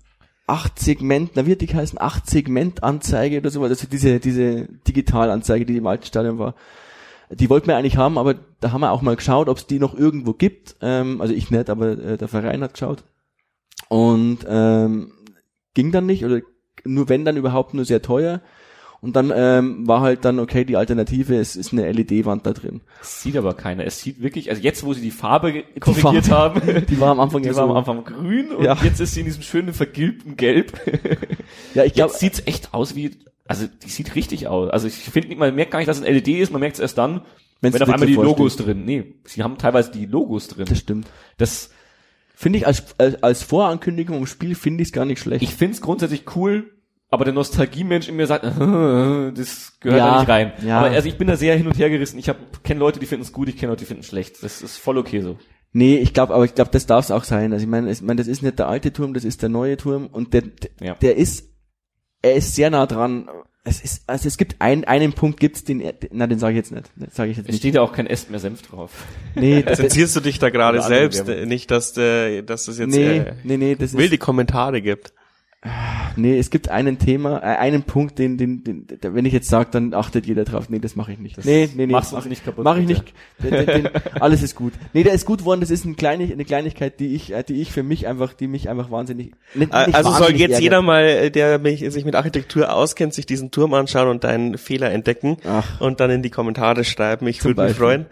8-Segment-Anzeige oder so, also diese Digitalanzeige, die im alten Stadion war. Die wollten wir eigentlich haben, aber da haben wir auch mal geschaut, ob es die noch irgendwo gibt. Also ich nicht, aber der Verein hat geschaut. Und ging dann nicht, oder nur wenn, dann überhaupt nur sehr teuer. Und dann war halt dann, okay, die Alternative ist eine LED-Wand da drin. Das sieht aber keiner. Es sieht wirklich, also jetzt, wo sie die Farbe korrigiert haben, die war am Anfang am Anfang grün und jetzt ist sie in diesem schönen vergilbten Gelb. Ja, ich glaube, jetzt sieht's echt aus wie, also die sieht richtig aus. Also ich finde, man merkt gar nicht, dass es ein LED ist, man merkt es erst dann, wenn auf einmal die Logos drin. Nee, sie haben teilweise die Logos drin. Das stimmt. Das finde ich als Vorankündigung im Spiel finde ich es gar nicht schlecht. Ich finde es grundsätzlich cool. Aber der Nostalgie-Mensch in mir sagt, das gehört da nicht rein. Ja. Aber also ich bin da sehr hin und her gerissen. Ich kenne Leute, die finden es gut, ich kenne Leute, die finden es schlecht. Das ist voll okay so. Nee, ich glaube, das darf es auch sein. Also ich meine, das ist nicht der alte Turm, das ist der neue Turm und er ist sehr nah dran. Es gibt einen Punkt gibt's, den sage ich jetzt nicht. Es steht ja auch kein Esst mehr Senf drauf. Nee, zensierst du dich da gerade selbst, nicht, dass es jetzt das wilde Kommentare gibt. Nee, es gibt einen Punkt, den wenn ich jetzt sage, dann achtet jeder drauf. Nee, das mache ich nicht. Nee, machst du nicht kaputt. Mach ich nicht. Alles ist gut. Nee, der ist gut geworden. Das ist eine Kleinigkeit, die mich einfach wahnsinnig. Nicht also wahnsinnig soll jetzt ärgert. jeder mal, der sich mit Architektur auskennt, sich diesen Turm anschauen und deinen Fehler entdecken und dann in die Kommentare schreiben. Ich würde mich freuen.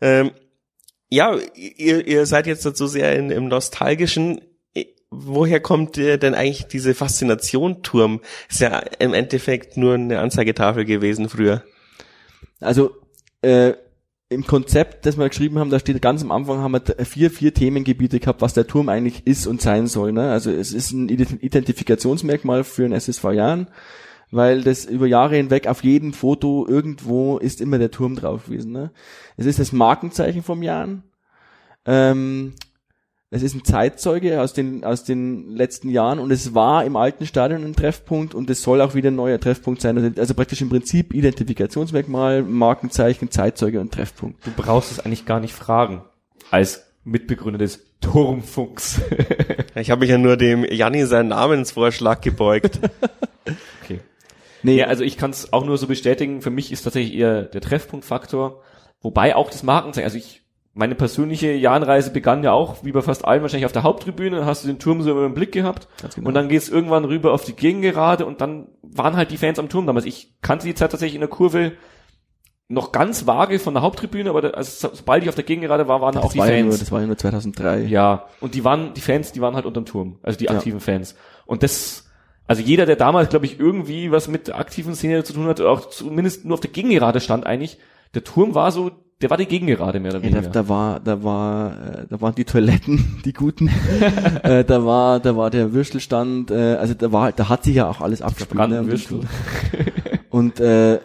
Ihr seid jetzt dazu sehr im Nostalgischen. Woher kommt denn eigentlich diese Faszination Turm? Ist ja im Endeffekt nur eine Anzeigetafel gewesen früher. Also im Konzept, das wir geschrieben haben, da steht ganz am Anfang, haben wir vier Themengebiete gehabt, was der Turm eigentlich ist und sein soll. Ne? Also es ist ein Identifikationsmerkmal für den SSV Jahren, weil das über Jahre hinweg auf jedem Foto irgendwo ist immer der Turm drauf gewesen. Ne? Es ist das Markenzeichen vom Jahren. Es ist ein Zeitzeuge aus den letzten Jahren und es war im alten Stadion ein Treffpunkt und es soll auch wieder ein neuer Treffpunkt sein. Also praktisch im Prinzip Identifikationsmerkmal, Markenzeichen, Zeitzeuge und Treffpunkt. Du brauchst es eigentlich gar nicht fragen, als Mitbegründer des Turmfunks. Ich habe mich ja nur dem Janni seinen Namensvorschlag gebeugt. Okay. Nee, also ich kann es auch nur so bestätigen, für mich ist tatsächlich eher der Treffpunktfaktor, wobei auch das Markenzeichen, also meine persönliche Jahnreise begann ja auch, wie bei fast allen wahrscheinlich auf der Haupttribüne, dann hast du den Turm so über den Blick gehabt und dann geht's irgendwann rüber auf die Gegengerade und dann waren halt die Fans am Turm damals. Ich kannte die Zeit tatsächlich in der Kurve noch ganz vage von der Haupttribüne, aber sobald ich auf der Gegengerade war, waren da auch die Fans. Das war ja nur 2003. Ja, und die Fans waren halt unterm Turm, also die aktiven Fans. Und also jeder, der damals, glaube ich, irgendwie was mit der aktiven Szene zu tun hatte, auch zumindest nur auf der Gegengerade stand eigentlich, der Turm war so, der war die Gegengerade mehr oder weniger. Da waren die Toiletten, die guten. Da war der Würstelstand, also da hat sich ja auch alles abgespielt. Ne? Würstel. Und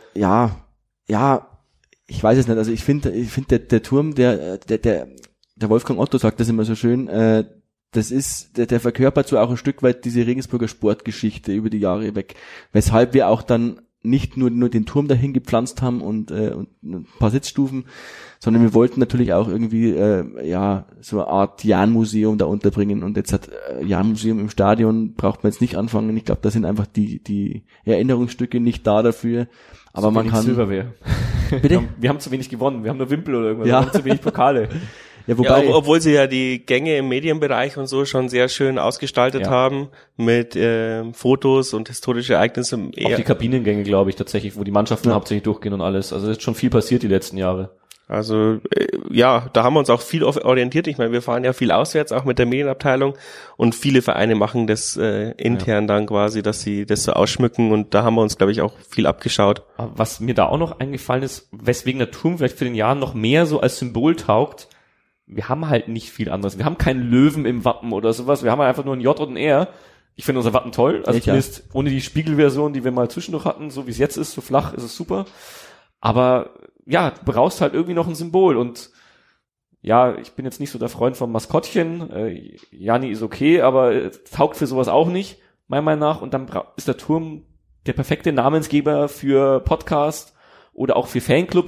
ich weiß es nicht, also ich finde der Turm, der Wolfgang Otto sagt das immer so schön, das ist, der verkörpert so auch ein Stück weit diese Regensburger Sportgeschichte über die Jahre weg, weshalb wir auch dann nicht nur den Turm dahin gepflanzt haben und ein paar Sitzstufen, sondern wir wollten natürlich auch irgendwie so eine Art Jahnmuseum da unterbringen und jetzt Jahnmuseum im Stadion braucht man jetzt nicht anfangen. Ich glaube, da sind einfach die Erinnerungsstücke nicht da dafür, aber man kann Silberwehr. Bitte? Wir haben zu wenig gewonnen, wir haben nur Wimpel oder irgendwas, wir haben zu wenig Pokale. Ja, wobei, obwohl sie ja die Gänge im Medienbereich und so schon sehr schön ausgestaltet haben mit Fotos und historische Ereignisse. Auch die Kabinengänge, glaube ich, tatsächlich, wo die Mannschaften hauptsächlich durchgehen und alles. Also es ist schon viel passiert die letzten Jahre. Also da haben wir uns auch viel orientiert. Ich meine, wir fahren ja viel auswärts, auch mit der Medienabteilung und viele Vereine machen das intern dann quasi, dass sie das so ausschmücken und da haben wir uns, glaube ich, auch viel abgeschaut. Aber was mir da auch noch eingefallen ist, weswegen der Turm vielleicht für den Jahr noch mehr so als Symbol taugt, wir haben halt nicht viel anderes. Wir haben keinen Löwen im Wappen oder sowas. Wir haben halt einfach nur ein J und ein R. Ich finde unser Wappen toll. Also zumindest ohne die Spiegelversion, die wir mal zwischendurch hatten, so wie es jetzt ist, so flach ist es super. Aber ja, du brauchst halt irgendwie noch ein Symbol. Und ja, ich bin jetzt nicht so der Freund vom Maskottchen. Janni ist okay, aber taugt für sowas auch nicht, meiner Meinung nach. Und dann ist der Turm der perfekte Namensgeber für Podcast oder auch für Fanclubs.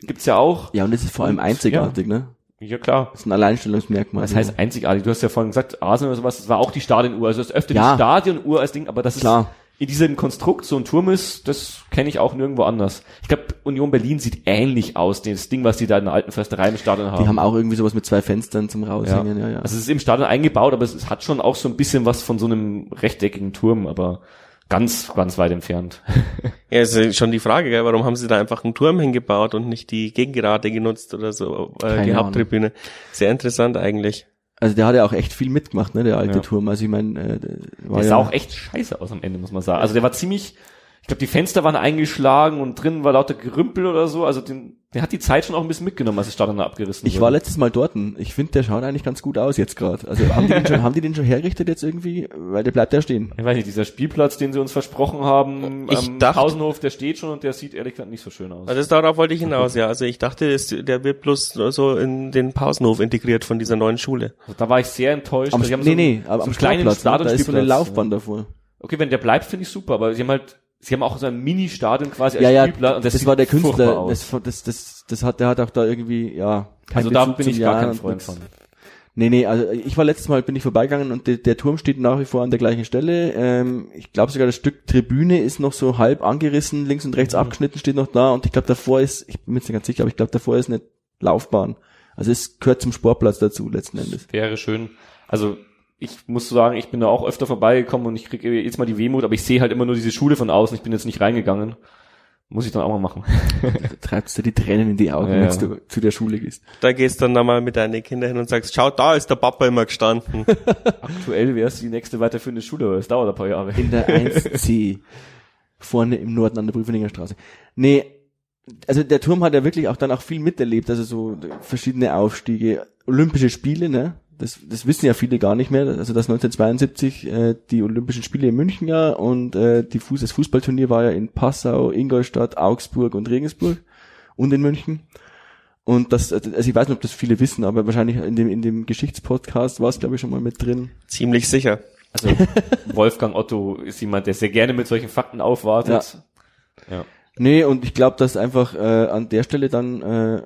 gibt's ja auch. Ja, und das ist vor allem einzigartig, ne? Ja, klar. Das ist ein Alleinstellungsmerkmal. Das heißt einzigartig. Du hast ja vorhin gesagt, Arsenal oder sowas, das war auch die Stadionuhr. Also das öfter die Ja. Stadionuhr als Ding, aber das Klar. ist in diesem Konstrukt so ein Turm ist, das kenne ich auch nirgendwo anders. Ich glaube, Union Berlin sieht ähnlich aus, das Ding, was die da in der alten Försterei im Stadion haben. Die haben auch irgendwie sowas mit 2 Fenstern zum Raushängen, ja. Also es ist im Stadion eingebaut, aber es hat schon auch so ein bisschen was von so einem rechteckigen Turm, aber ganz, ganz weit entfernt. Ja, ist schon die Frage, gell? Warum haben sie da einfach einen Turm hingebaut und nicht die Gegengerade genutzt oder so, die Keine Haupttribüne. Sehr interessant eigentlich. Also der hat ja auch echt viel mitgemacht, ne, der alte Ja. Turm. Also ich meine, Der sah auch echt scheiße aus am Ende, muss man sagen. Also der war ziemlich, ich glaube, die Fenster waren eingeschlagen und drinnen war lauter Gerümpel oder so. Also der hat die Zeit schon auch ein bisschen mitgenommen, als das Stadion da abgerissen Ich wurde. war letztes Mal dort. Ich finde, der schaut eigentlich ganz gut aus jetzt gerade. Also haben die den schon hergerichtet jetzt irgendwie? Weil der bleibt ja stehen. Ich weiß nicht, dieser Spielplatz, den sie uns versprochen haben, Ich am dachte- Pausenhof, der steht schon und der sieht ehrlich gesagt nicht so schön aus. Also darauf wollte ich hinaus, ja. Also ich dachte, der wird bloß so in den Pausenhof integriert von dieser neuen Schule. Also da war ich sehr enttäuscht. Aber Sie haben aber so am einen kleinen Sportplatz, ne? Da ist so eine Stadionspielplatz. Laufbahn davor. Okay, wenn der bleibt, finde ich super, aber sie haben auch so ein Mini-Stadion quasi als Ja, Spielplatz. Und das sieht war der furchtbar Künstler. aus. Der hat auch da irgendwie, ja, kein Also da Bezug bin zum ich gar Jahr kein und Freund nix. von. Nee, also ich war letztes Mal, bin ich vorbeigegangen und der Turm steht nach wie vor an der gleichen Stelle. Ich glaube sogar das Stück Tribüne ist noch so halb angerissen, links und rechts abgeschnitten, steht noch da und ich glaube davor ist, ich bin mir jetzt nicht ganz sicher, aber ich glaube davor ist eine Laufbahn. Also es gehört zum Sportplatz dazu letzten Endes. Wäre schön. Also ich muss sagen, ich bin da auch öfter vorbeigekommen und ich kriege jetzt mal die Wehmut, aber ich sehe halt immer nur diese Schule von außen. Ich bin jetzt nicht reingegangen. Muss ich dann auch mal machen. Da treibst du die Tränen in die Augen, Ja, wenn du zu der Schule gehst. Da gehst dann mal mit deinen Kindern hin und sagst, schau, da ist der Papa immer gestanden. Aktuell wäre es die nächste weiterführende Schule, aber es dauert ein paar Jahre. In der 1C. Vorne im Norden an der Prüfeninger Straße. Nee, also der Turm hat ja wirklich auch dann auch viel miterlebt, also so verschiedene Aufstiege, Olympische Spiele, ne? Das wissen ja viele gar nicht mehr. Also das 1972 die Olympischen Spiele in München ja und das Fußballturnier war ja in Passau, Ingolstadt, Augsburg und Regensburg und in München. Und das, also ich weiß nicht, ob das viele wissen, aber wahrscheinlich in dem Geschichtspodcast war es, glaube ich, schon mal mit drin. Ziemlich sicher. Also Wolfgang Otto ist jemand, der sehr gerne mit solchen Fakten aufwartet. Ja. Nee, und ich glaube, dass einfach an der Stelle dann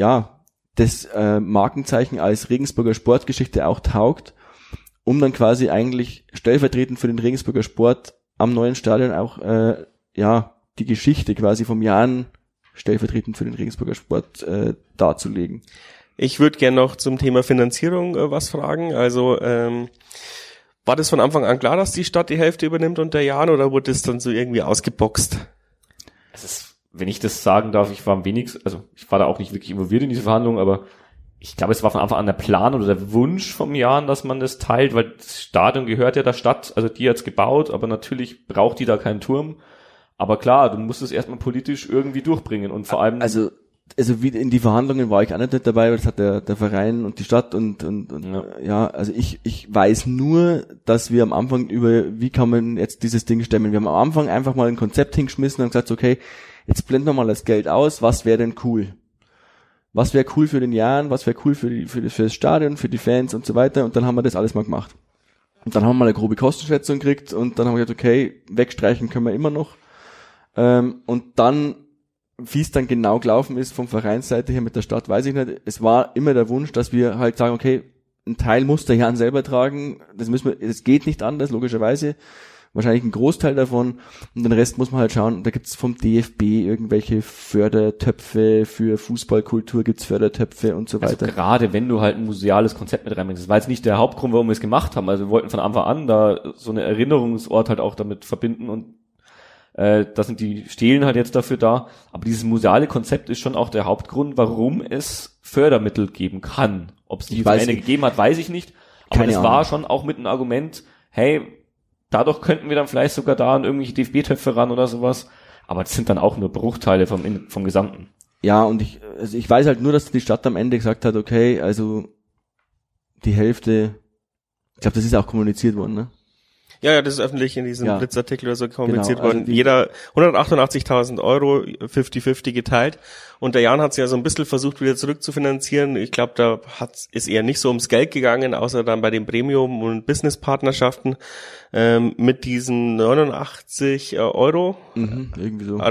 das Markenzeichen als Regensburger Sportgeschichte auch taugt, um dann quasi eigentlich stellvertretend für den Regensburger Sport am neuen Stadion auch die Geschichte quasi vom Jahren stellvertretend für den Regensburger Sport darzulegen. Ich würde gerne noch zum Thema Finanzierung was fragen. Also war das von Anfang an klar, dass die Stadt die Hälfte übernimmt unter Jahren oder wurde das dann so irgendwie ausgeboxt? Es ist, wenn ich das sagen darf, ich war da auch nicht wirklich involviert in diese Verhandlungen, aber ich glaube, es war von Anfang an der Plan oder der Wunsch vom Jahren, dass man das teilt, weil das Stadion gehört ja der Stadt, also die hat's gebaut, aber natürlich braucht die da keinen Turm. Aber klar, du musst es erstmal politisch irgendwie durchbringen und vor allem... Also wie in die Verhandlungen war ich auch nicht dabei, weil das hat der Verein und die Stadt und also ich weiß nur, dass wir am Anfang wie kann man jetzt dieses Ding stemmen. Wir haben am Anfang einfach mal ein Konzept hingeschmissen und gesagt, okay, jetzt blenden wir mal das Geld aus, was wäre denn cool? Was wäre cool für den Jahren, was wäre cool für das Stadion, für die Fans und so weiter und dann haben wir das alles mal gemacht. Und dann haben wir mal eine grobe Kostenschätzung gekriegt und dann haben wir gesagt, okay, wegstreichen können wir immer noch. Und dann, wie es dann genau gelaufen ist von Vereinsseite her mit der Stadt, weiß ich nicht. Es war immer der Wunsch, dass wir halt sagen, okay, ein Teil muss der Jan selber tragen, das geht nicht anders, logischerweise. Wahrscheinlich ein Großteil davon und den Rest muss man halt schauen, da gibt's vom DFB irgendwelche Fördertöpfe, für Fußballkultur gibt's Fördertöpfe und so weiter. Also gerade wenn du halt ein museales Konzept mit reinbringst, das war jetzt nicht der Hauptgrund, warum wir es gemacht haben, also wir wollten von Anfang an da so eine Erinnerungsort halt auch damit verbinden und da sind die Stelen halt jetzt dafür da, aber dieses museale Konzept ist schon auch der Hauptgrund, warum es Fördermittel geben kann. Ob es die zum Ende gegeben hat, weiß ich nicht, aber das war schon auch mit einem Argument, hey, dadurch könnten wir dann vielleicht sogar da an irgendwelche DFB-Töpfe ran oder sowas. Aber das sind dann auch nur Bruchteile vom Gesamten. Ja, und ich weiß halt nur, dass die Stadt am Ende gesagt hat, okay, also die Hälfte, ich glaube, das ist auch kommuniziert worden, ne? Ja, das ist öffentlich in diesem Blitzartikel oder so kommuniziert genau, also worden. Jeder 188.000 Euro 50-50 geteilt. Und der Jan hat es ja so ein bisschen versucht, wieder zurückzufinanzieren. Ich glaube, da ist eher nicht so ums Geld gegangen, außer dann bei den Premium- und Business-Partnerschaften mit diesen 89 Euro. Irgendwie so.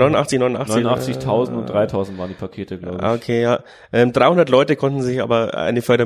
89.000 und 3.000 waren die Pakete, glaube ich. Okay, ja. 300 Leute konnten sich aber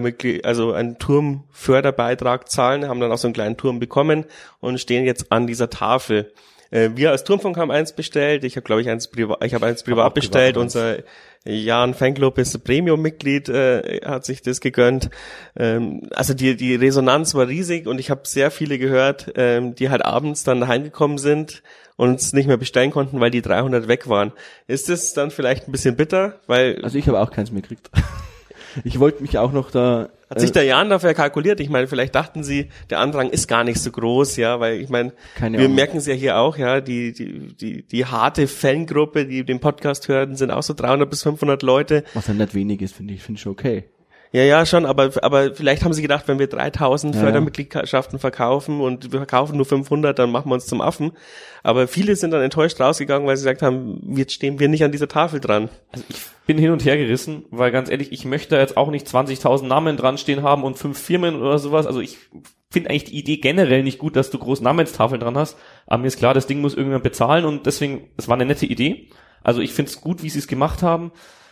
einen Turmförderbeitrag zahlen, haben dann auch so einen kleinen Turm bekommen und stehen jetzt an dieser Tafel. Wir als Turmfunk haben eins bestellt. Ich habe, eins privat bestellt. Unser Jan Fanclub ist Premium-Mitglied, hat sich das gegönnt. Also die Resonanz war riesig und ich habe sehr viele gehört, die halt abends dann heimgekommen sind und es nicht mehr bestellen konnten, weil die 300 weg waren. Ist das dann vielleicht ein bisschen bitter? Also ich habe auch keins mehr gekriegt. Ich wollte mich auch noch da... Hat sich der Jan dafür kalkuliert? Ich meine, vielleicht dachten sie, der Andrang ist gar nicht so groß, ja, weil ich meine, wir merken es ja hier auch, ja, die harte Fangruppe, die den Podcast hören, sind auch so 300 bis 500 Leute. Was dann nicht wenig ist, finde ich schon okay. Ja, schon, aber vielleicht haben sie gedacht, wenn wir 3000 Fördermitgliedschaften verkaufen und wir verkaufen nur 500, dann machen wir uns zum Affen. Aber viele sind dann enttäuscht rausgegangen, weil sie gesagt haben, jetzt stehen wir nicht an dieser Tafel dran. Also ich bin hin und her gerissen, weil ganz ehrlich, ich möchte jetzt auch nicht 20.000 Namen dran stehen haben und 5 Firmen oder sowas. Also ich finde eigentlich die Idee generell nicht gut, dass du große Namenstafeln dran hast. Aber mir ist klar, das Ding muss irgendjemand bezahlen und deswegen, es war eine nette Idee. Also ich finde es gut, wie sie es gemacht haben.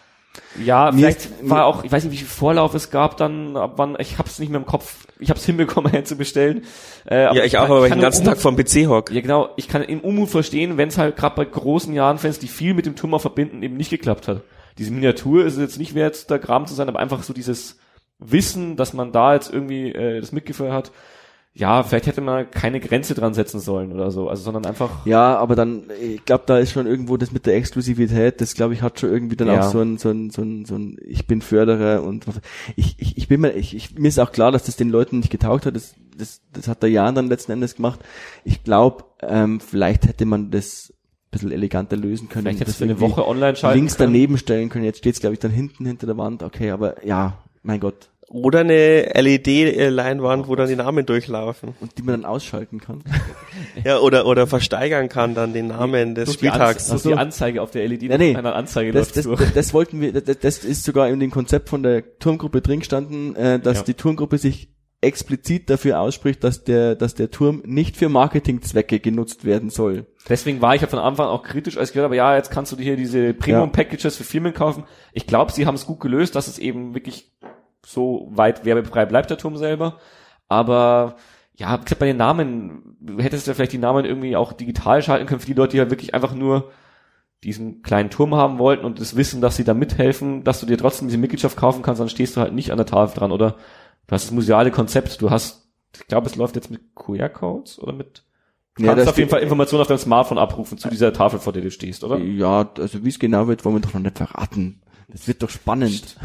Ja, vielleicht war auch, ich weiß nicht, wie viel Vorlauf es gab dann, ab wann, ich hab's nicht mehr im Kopf, ich hab's hinbekommen, zu bestellen. Aber ich auch, aber ich den ganzen Tag vom PC hock. Ja genau, ich kann im Unmut verstehen, wenn es halt gerade bei großen Jahren-Fans, die viel mit dem Turm verbinden, eben nicht geklappt hat. Diese Miniatur ist jetzt nicht wert, der Kram zu sein, aber einfach so dieses Wissen, dass man da jetzt irgendwie das mitgeführt hat. Ja, vielleicht hätte man keine Grenze dran setzen sollen oder so, also sondern einfach... Ja, aber dann, ich glaube, da ist schon irgendwo das mit der Exklusivität, das glaube ich hat schon irgendwie dann auch so ein ich bin Förderer und mir ist auch klar, dass das den Leuten nicht getaugt hat, das hat der Jan dann letzten Endes gemacht. Ich glaube, vielleicht hätte man das ein bisschen eleganter lösen können. Vielleicht hätte es für eine Woche online schalten links daneben stellen können, jetzt steht's glaube ich dann hinter der Wand, okay, aber ja, mein Gott. Oder eine LED-Leinwand, wo dann die Namen durchlaufen. Und die man dann ausschalten kann. Ja, oder versteigern kann dann den Namen des Spieltags. Die Anzeige auf der LED einer Anzeige das wollten wir, das ist sogar in dem Konzept von der Turmgruppe drin gestanden, dass die Turmgruppe sich explizit dafür ausspricht, dass der Turm nicht für Marketingzwecke genutzt werden soll. Deswegen war ich ja von Anfang an auch kritisch, als ich gehört habe, ja, jetzt kannst du dir hier diese Premium-Packages für Firmen kaufen. Ich glaube, sie haben es gut gelöst, dass es eben wirklich so weit werbefrei bleibt der Turm selber, aber ja, bei den Namen, du hättest ja vielleicht die Namen irgendwie auch digital schalten können für die Leute, die halt wirklich einfach nur diesen kleinen Turm haben wollten und das Wissen, dass sie da mithelfen, dass du dir trotzdem diese Mitgliedschaft kaufen kannst, dann stehst du halt nicht an der Tafel dran, oder du hast das museale Konzept, ich glaube, es läuft jetzt mit QR-Codes oder mit du kannst auf jeden Fall Informationen auf deinem Smartphone abrufen zu dieser Tafel, vor der du stehst, oder? Ja, also wie es genau wird, wollen wir doch noch nicht verraten. Das wird doch spannend.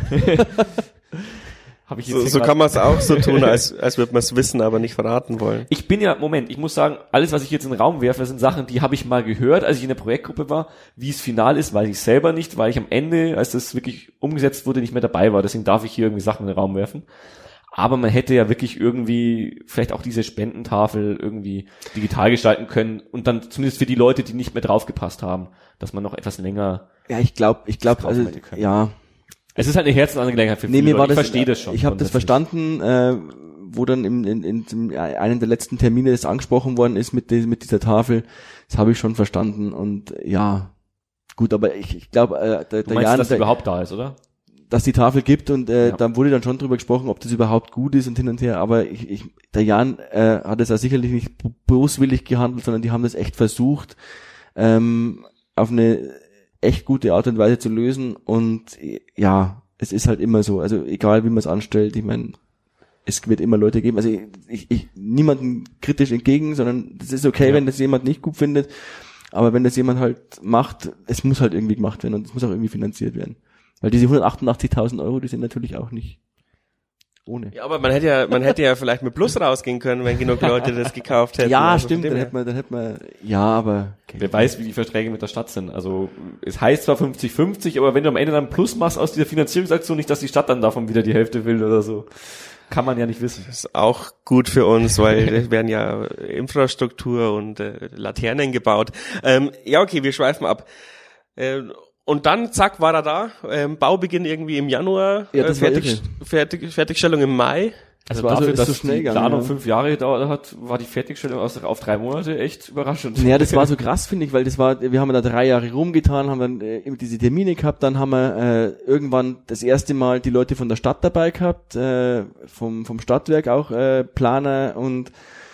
So kann man es auch so tun, als würde man es wissen, aber nicht verraten wollen. Ich muss sagen, alles, was ich jetzt in den Raum werfe, sind Sachen, die habe ich mal gehört, als ich in der Projektgruppe war. Wie es final ist, weiß ich selber nicht, weil ich am Ende, als das wirklich umgesetzt wurde, nicht mehr dabei war. Deswegen darf ich hier irgendwie Sachen in den Raum werfen. Aber man hätte ja wirklich irgendwie vielleicht auch diese Spendentafel irgendwie digital gestalten können und dann zumindest für die Leute, die nicht mehr draufgepasst haben, dass man noch etwas länger... Ja, ich glaube, also, ja... Es ist halt eine Herzensangelegenheit für viele Leute. Ich verstehe das schon. Ich habe das verstanden, wo dann in einem der letzten Termine das angesprochen worden ist mit dieser Tafel. Das habe ich schon verstanden und ja, gut, aber ich glaube, du meinst, Jan, dass die überhaupt da ist, oder? Dass die Tafel gibt und dann wurde dann schon drüber gesprochen, ob das überhaupt gut ist und hin und her, aber der Jan hat es ja sicherlich nicht böswillig gehandelt, sondern die haben das echt versucht, auf eine echt gute Art und Weise zu lösen und ja, es ist halt immer so, also egal wie man es anstellt, ich meine, es wird immer Leute geben, also ich niemanden kritisch entgegen, sondern das ist okay, wenn das jemand nicht gut findet, aber wenn das jemand halt macht, es muss halt irgendwie gemacht werden und es muss auch irgendwie finanziert werden, weil diese 188.000 Euro, die sind natürlich auch nicht ohne. Ja, aber man hätte ja vielleicht mit Plus rausgehen können, wenn genug Leute das gekauft hätten. Ja, also stimmt, dann hätte man, ja, aber... Okay. Wer weiß, wie die Verträge mit der Stadt sind. Also, es heißt zwar 50-50, aber wenn du am Ende dann Plus machst aus dieser Finanzierungsaktion, nicht, dass die Stadt dann davon wieder die Hälfte will oder so. Kann man ja nicht wissen. Das ist auch gut für uns, weil es werden ja Infrastruktur und Laternen gebaut. Ja, okay, wir schweifen ab. Und dann, zack, war er da. Baubeginn irgendwie im Januar. Ja, das Fertigstellung im Mai. Also war dafür, so- ist so dass schnell die gegangen, Planung ja. 5 Jahre gedauert hat, war die Fertigstellung auf 3 Monate echt überraschend. Ja, das war so krass, finde ich, weil wir haben da 3 Jahre rumgetan, haben dann immer diese Termine gehabt, dann haben wir irgendwann das erste Mal die Leute von der Stadt dabei gehabt, vom Stadtwerk auch Planer und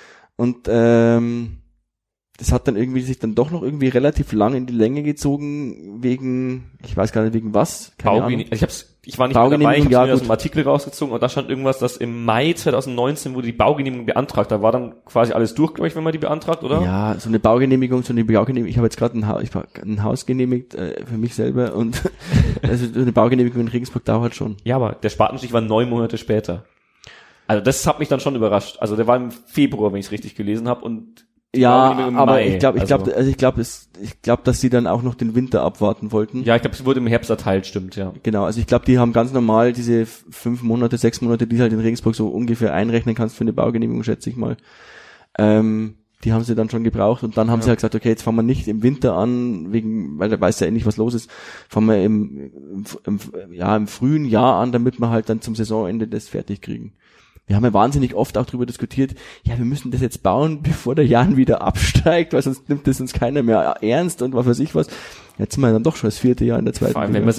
das hat dann irgendwie sich dann doch noch irgendwie relativ lang in die Länge gezogen wegen, ich weiß gar nicht wegen was, keine Ahnung. Ich war nicht mehr dabei, ich Baugenehmigung, habe ja, mir aus gut. dem Artikel rausgezogen und da stand irgendwas, dass im Mai 2019 wurde die Baugenehmigung beantragt. Da war dann quasi alles durch, glaube ich, wenn man die beantragt, oder? Ja, so eine Baugenehmigung, ich habe jetzt gerade ein Haus genehmigt für mich selber und also so eine Baugenehmigung in Regensburg dauert schon. Ja, aber der Spatenstich war 9 Monate später. Also das hat mich dann schon überrascht. Also der war im Februar, wenn ich es richtig gelesen habe, und die Ja, Baugenehmigung im aber Mai. ich glaube, dass sie dann auch noch den Winter abwarten wollten. Ja, ich glaube, es wurde im Herbst erteilt, stimmt, ja. Genau, also ich glaube, die haben ganz normal diese 5 Monate, 6 Monate, die halt in Regensburg so ungefähr einrechnen kannst für eine Baugenehmigung, schätze ich mal. Die haben sie dann schon gebraucht und dann haben sie halt gesagt, okay, jetzt fangen wir nicht im Winter an, weil da weiß ja eh nicht, was los ist, fangen wir im frühen Jahr an, damit wir halt dann zum Saisonende das fertig kriegen. Wir haben ja wahnsinnig oft auch darüber diskutiert, ja, wir müssen das jetzt bauen, bevor der Jan wieder absteigt, weil sonst nimmt das uns keiner mehr ernst und was weiß ich was. Jetzt sind wir dann doch schon das 4. Jahr in der zweiten Vor allem, Liga.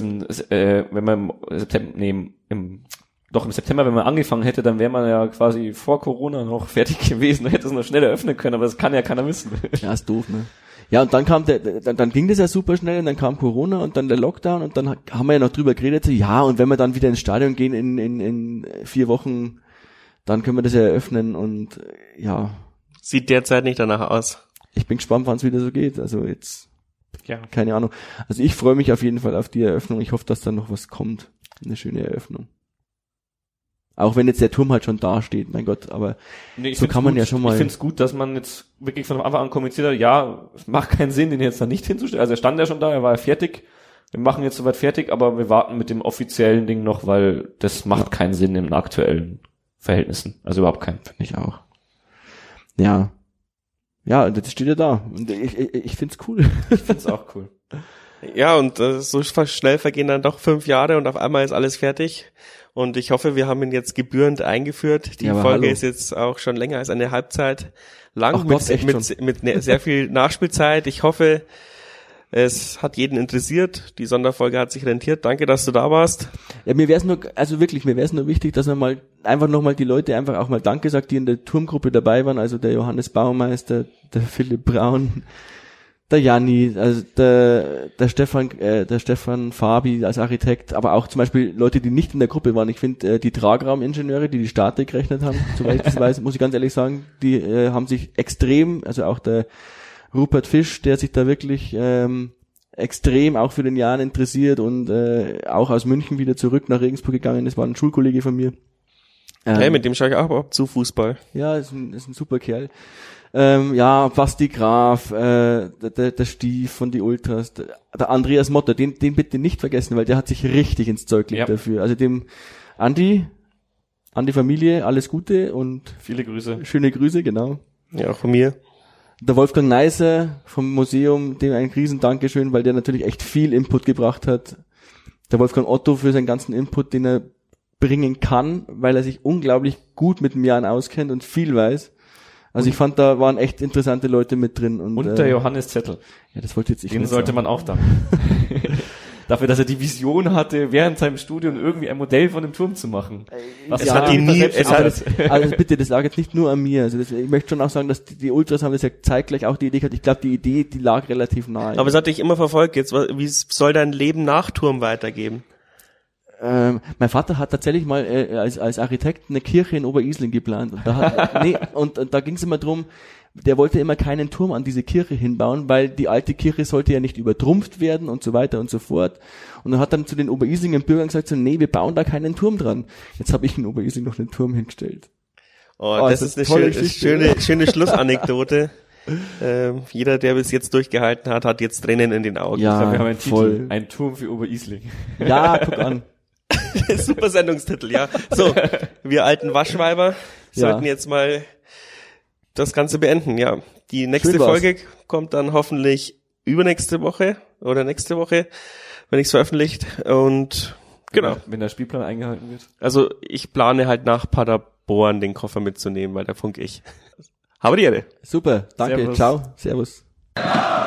im September, wenn man angefangen hätte, dann wäre man ja quasi vor Corona noch fertig gewesen, dann hätte es noch schneller öffnen können, aber das kann ja keiner wissen. Ja, ist doof, ne? Ja, und dann dann ging das ja super schnell und dann kam Corona und dann der Lockdown und dann haben wir ja noch drüber geredet, so, ja, und wenn wir dann wieder ins Stadion gehen in 4 Wochen, dann können wir das ja eröffnen und ja. Sieht derzeit nicht danach aus. Ich bin gespannt, wann es wieder so geht. Also jetzt, Ja. keine Ahnung. Also ich freue mich auf jeden Fall auf die Eröffnung. Ich hoffe, dass da noch was kommt. Eine schöne Eröffnung. Auch wenn jetzt der Turm halt schon da steht, mein Gott, aber Nee, ich so find's kann man gut. ja schon mal. Ich finde es gut, dass man jetzt wirklich von Anfang an kommuniziert hat, ja, es macht keinen Sinn, den jetzt da nicht hinzustellen. Also er stand ja schon da, er war ja fertig. Wir machen jetzt soweit fertig, aber wir warten mit dem offiziellen Ding noch, weil das macht keinen Sinn in aktuellen Verhältnissen. Also überhaupt keinen. Finde ich auch. Ja. Ja, das steht ja da. Und ich find's cool. Ich finde es auch cool. Ja, und so schnell vergehen dann doch 5 Jahre und auf einmal ist alles fertig. Und ich hoffe, wir haben ihn jetzt gebührend eingeführt. Die Ja, aber Folge hallo. ist jetzt auch schon länger als eine Halbzeit lang, Ach Gott, echt mit sehr viel Nachspielzeit. Ich hoffe, es hat jeden interessiert. Die Sonderfolge hat sich rentiert. Danke, dass du da warst. Ja, mir wär's nur wichtig, dass man mal einfach nochmal die Leute einfach auch mal Danke sagt, die in der Turmgruppe dabei waren, also der Johannes Baumeister, der Philipp Braun, der Janni, also der Stefan Fabi als Architekt, aber auch zum Beispiel Leute, die nicht in der Gruppe waren. Ich finde, die Tragraumingenieure, die Statik gerechnet haben, soweit ich das weiß, muss ich ganz ehrlich sagen, die haben sich extrem, also auch der Rupert Fisch, der sich da wirklich extrem auch für den Jan interessiert und auch aus München wieder zurück nach Regensburg gegangen ist, war ein Schulkollege von mir. Hey, mit dem schaue ich auch ab zu Fußball. Ja, ist ein super Kerl. Ja, Basti Graf, der Stief von die Ultras, der Andreas Motter, den bitte nicht vergessen, weil der hat sich richtig ins Zeug gelegt dafür. Also dem Andi Familie, alles Gute und Viele Grüße. schöne Grüße, genau. Ja, auch von mir. Der Wolfgang Neisser vom Museum, dem ein riesen Dankeschön, weil der natürlich echt viel Input gebracht hat. Der Wolfgang Otto für seinen ganzen Input, den er bringen kann, weil er sich unglaublich gut mit dem Jan auskennt und viel weiß. Also ich fand, da waren echt interessante Leute mit drin. Und der Johannes Zettel. Ja, das wollte jetzt ich Den nicht sollte sagen. man auch danken. Dafür, dass er die Vision hatte, während seinem Studium irgendwie ein Modell von dem Turm zu machen. Was Es hat ihn nie- es hat- Also bitte, das lag jetzt nicht nur an mir. Also ich möchte schon auch sagen, dass die Ultras haben das ja zeitgleich auch die Idee gehabt. Ich glaube, die Idee, die lag relativ nahe. Aber es hat dich immer verfolgt jetzt. Wie soll dein Leben nach Turm weitergehen? Mein Vater hat tatsächlich mal als Architekt eine Kirche in Oberisling geplant und da ging es immer drum, der wollte immer keinen Turm an diese Kirche hinbauen, weil die alte Kirche sollte ja nicht übertrumpft werden und so weiter und so fort. Und er hat dann zu den Oberislinger Bürgern gesagt, so, nee, wir bauen da keinen Turm dran. Jetzt habe ich in Oberisling noch einen Turm hingestellt. Oh, das ist eine tolle schöne Schlussanekdote. Jeder, der bis jetzt durchgehalten hat, hat jetzt Tränen in den Augen. Ja, Ich glaube, wir haben einen voll. Titel. Ein Turm für Oberisling. Ja, guck an. Super Sendungstitel, ja. So, wir alten Waschweiber sollten jetzt mal das Ganze beenden, ja. Die nächste Folge kommt dann hoffentlich übernächste Woche oder nächste Woche, wenn ich es veröffentlicht. Und genau. Wenn der Spielplan eingehalten wird. Also ich plane halt nach Paderborn den Koffer mitzunehmen, weil da funke ich. Habe die Ehre. Super, danke, Servus. ciao, servus.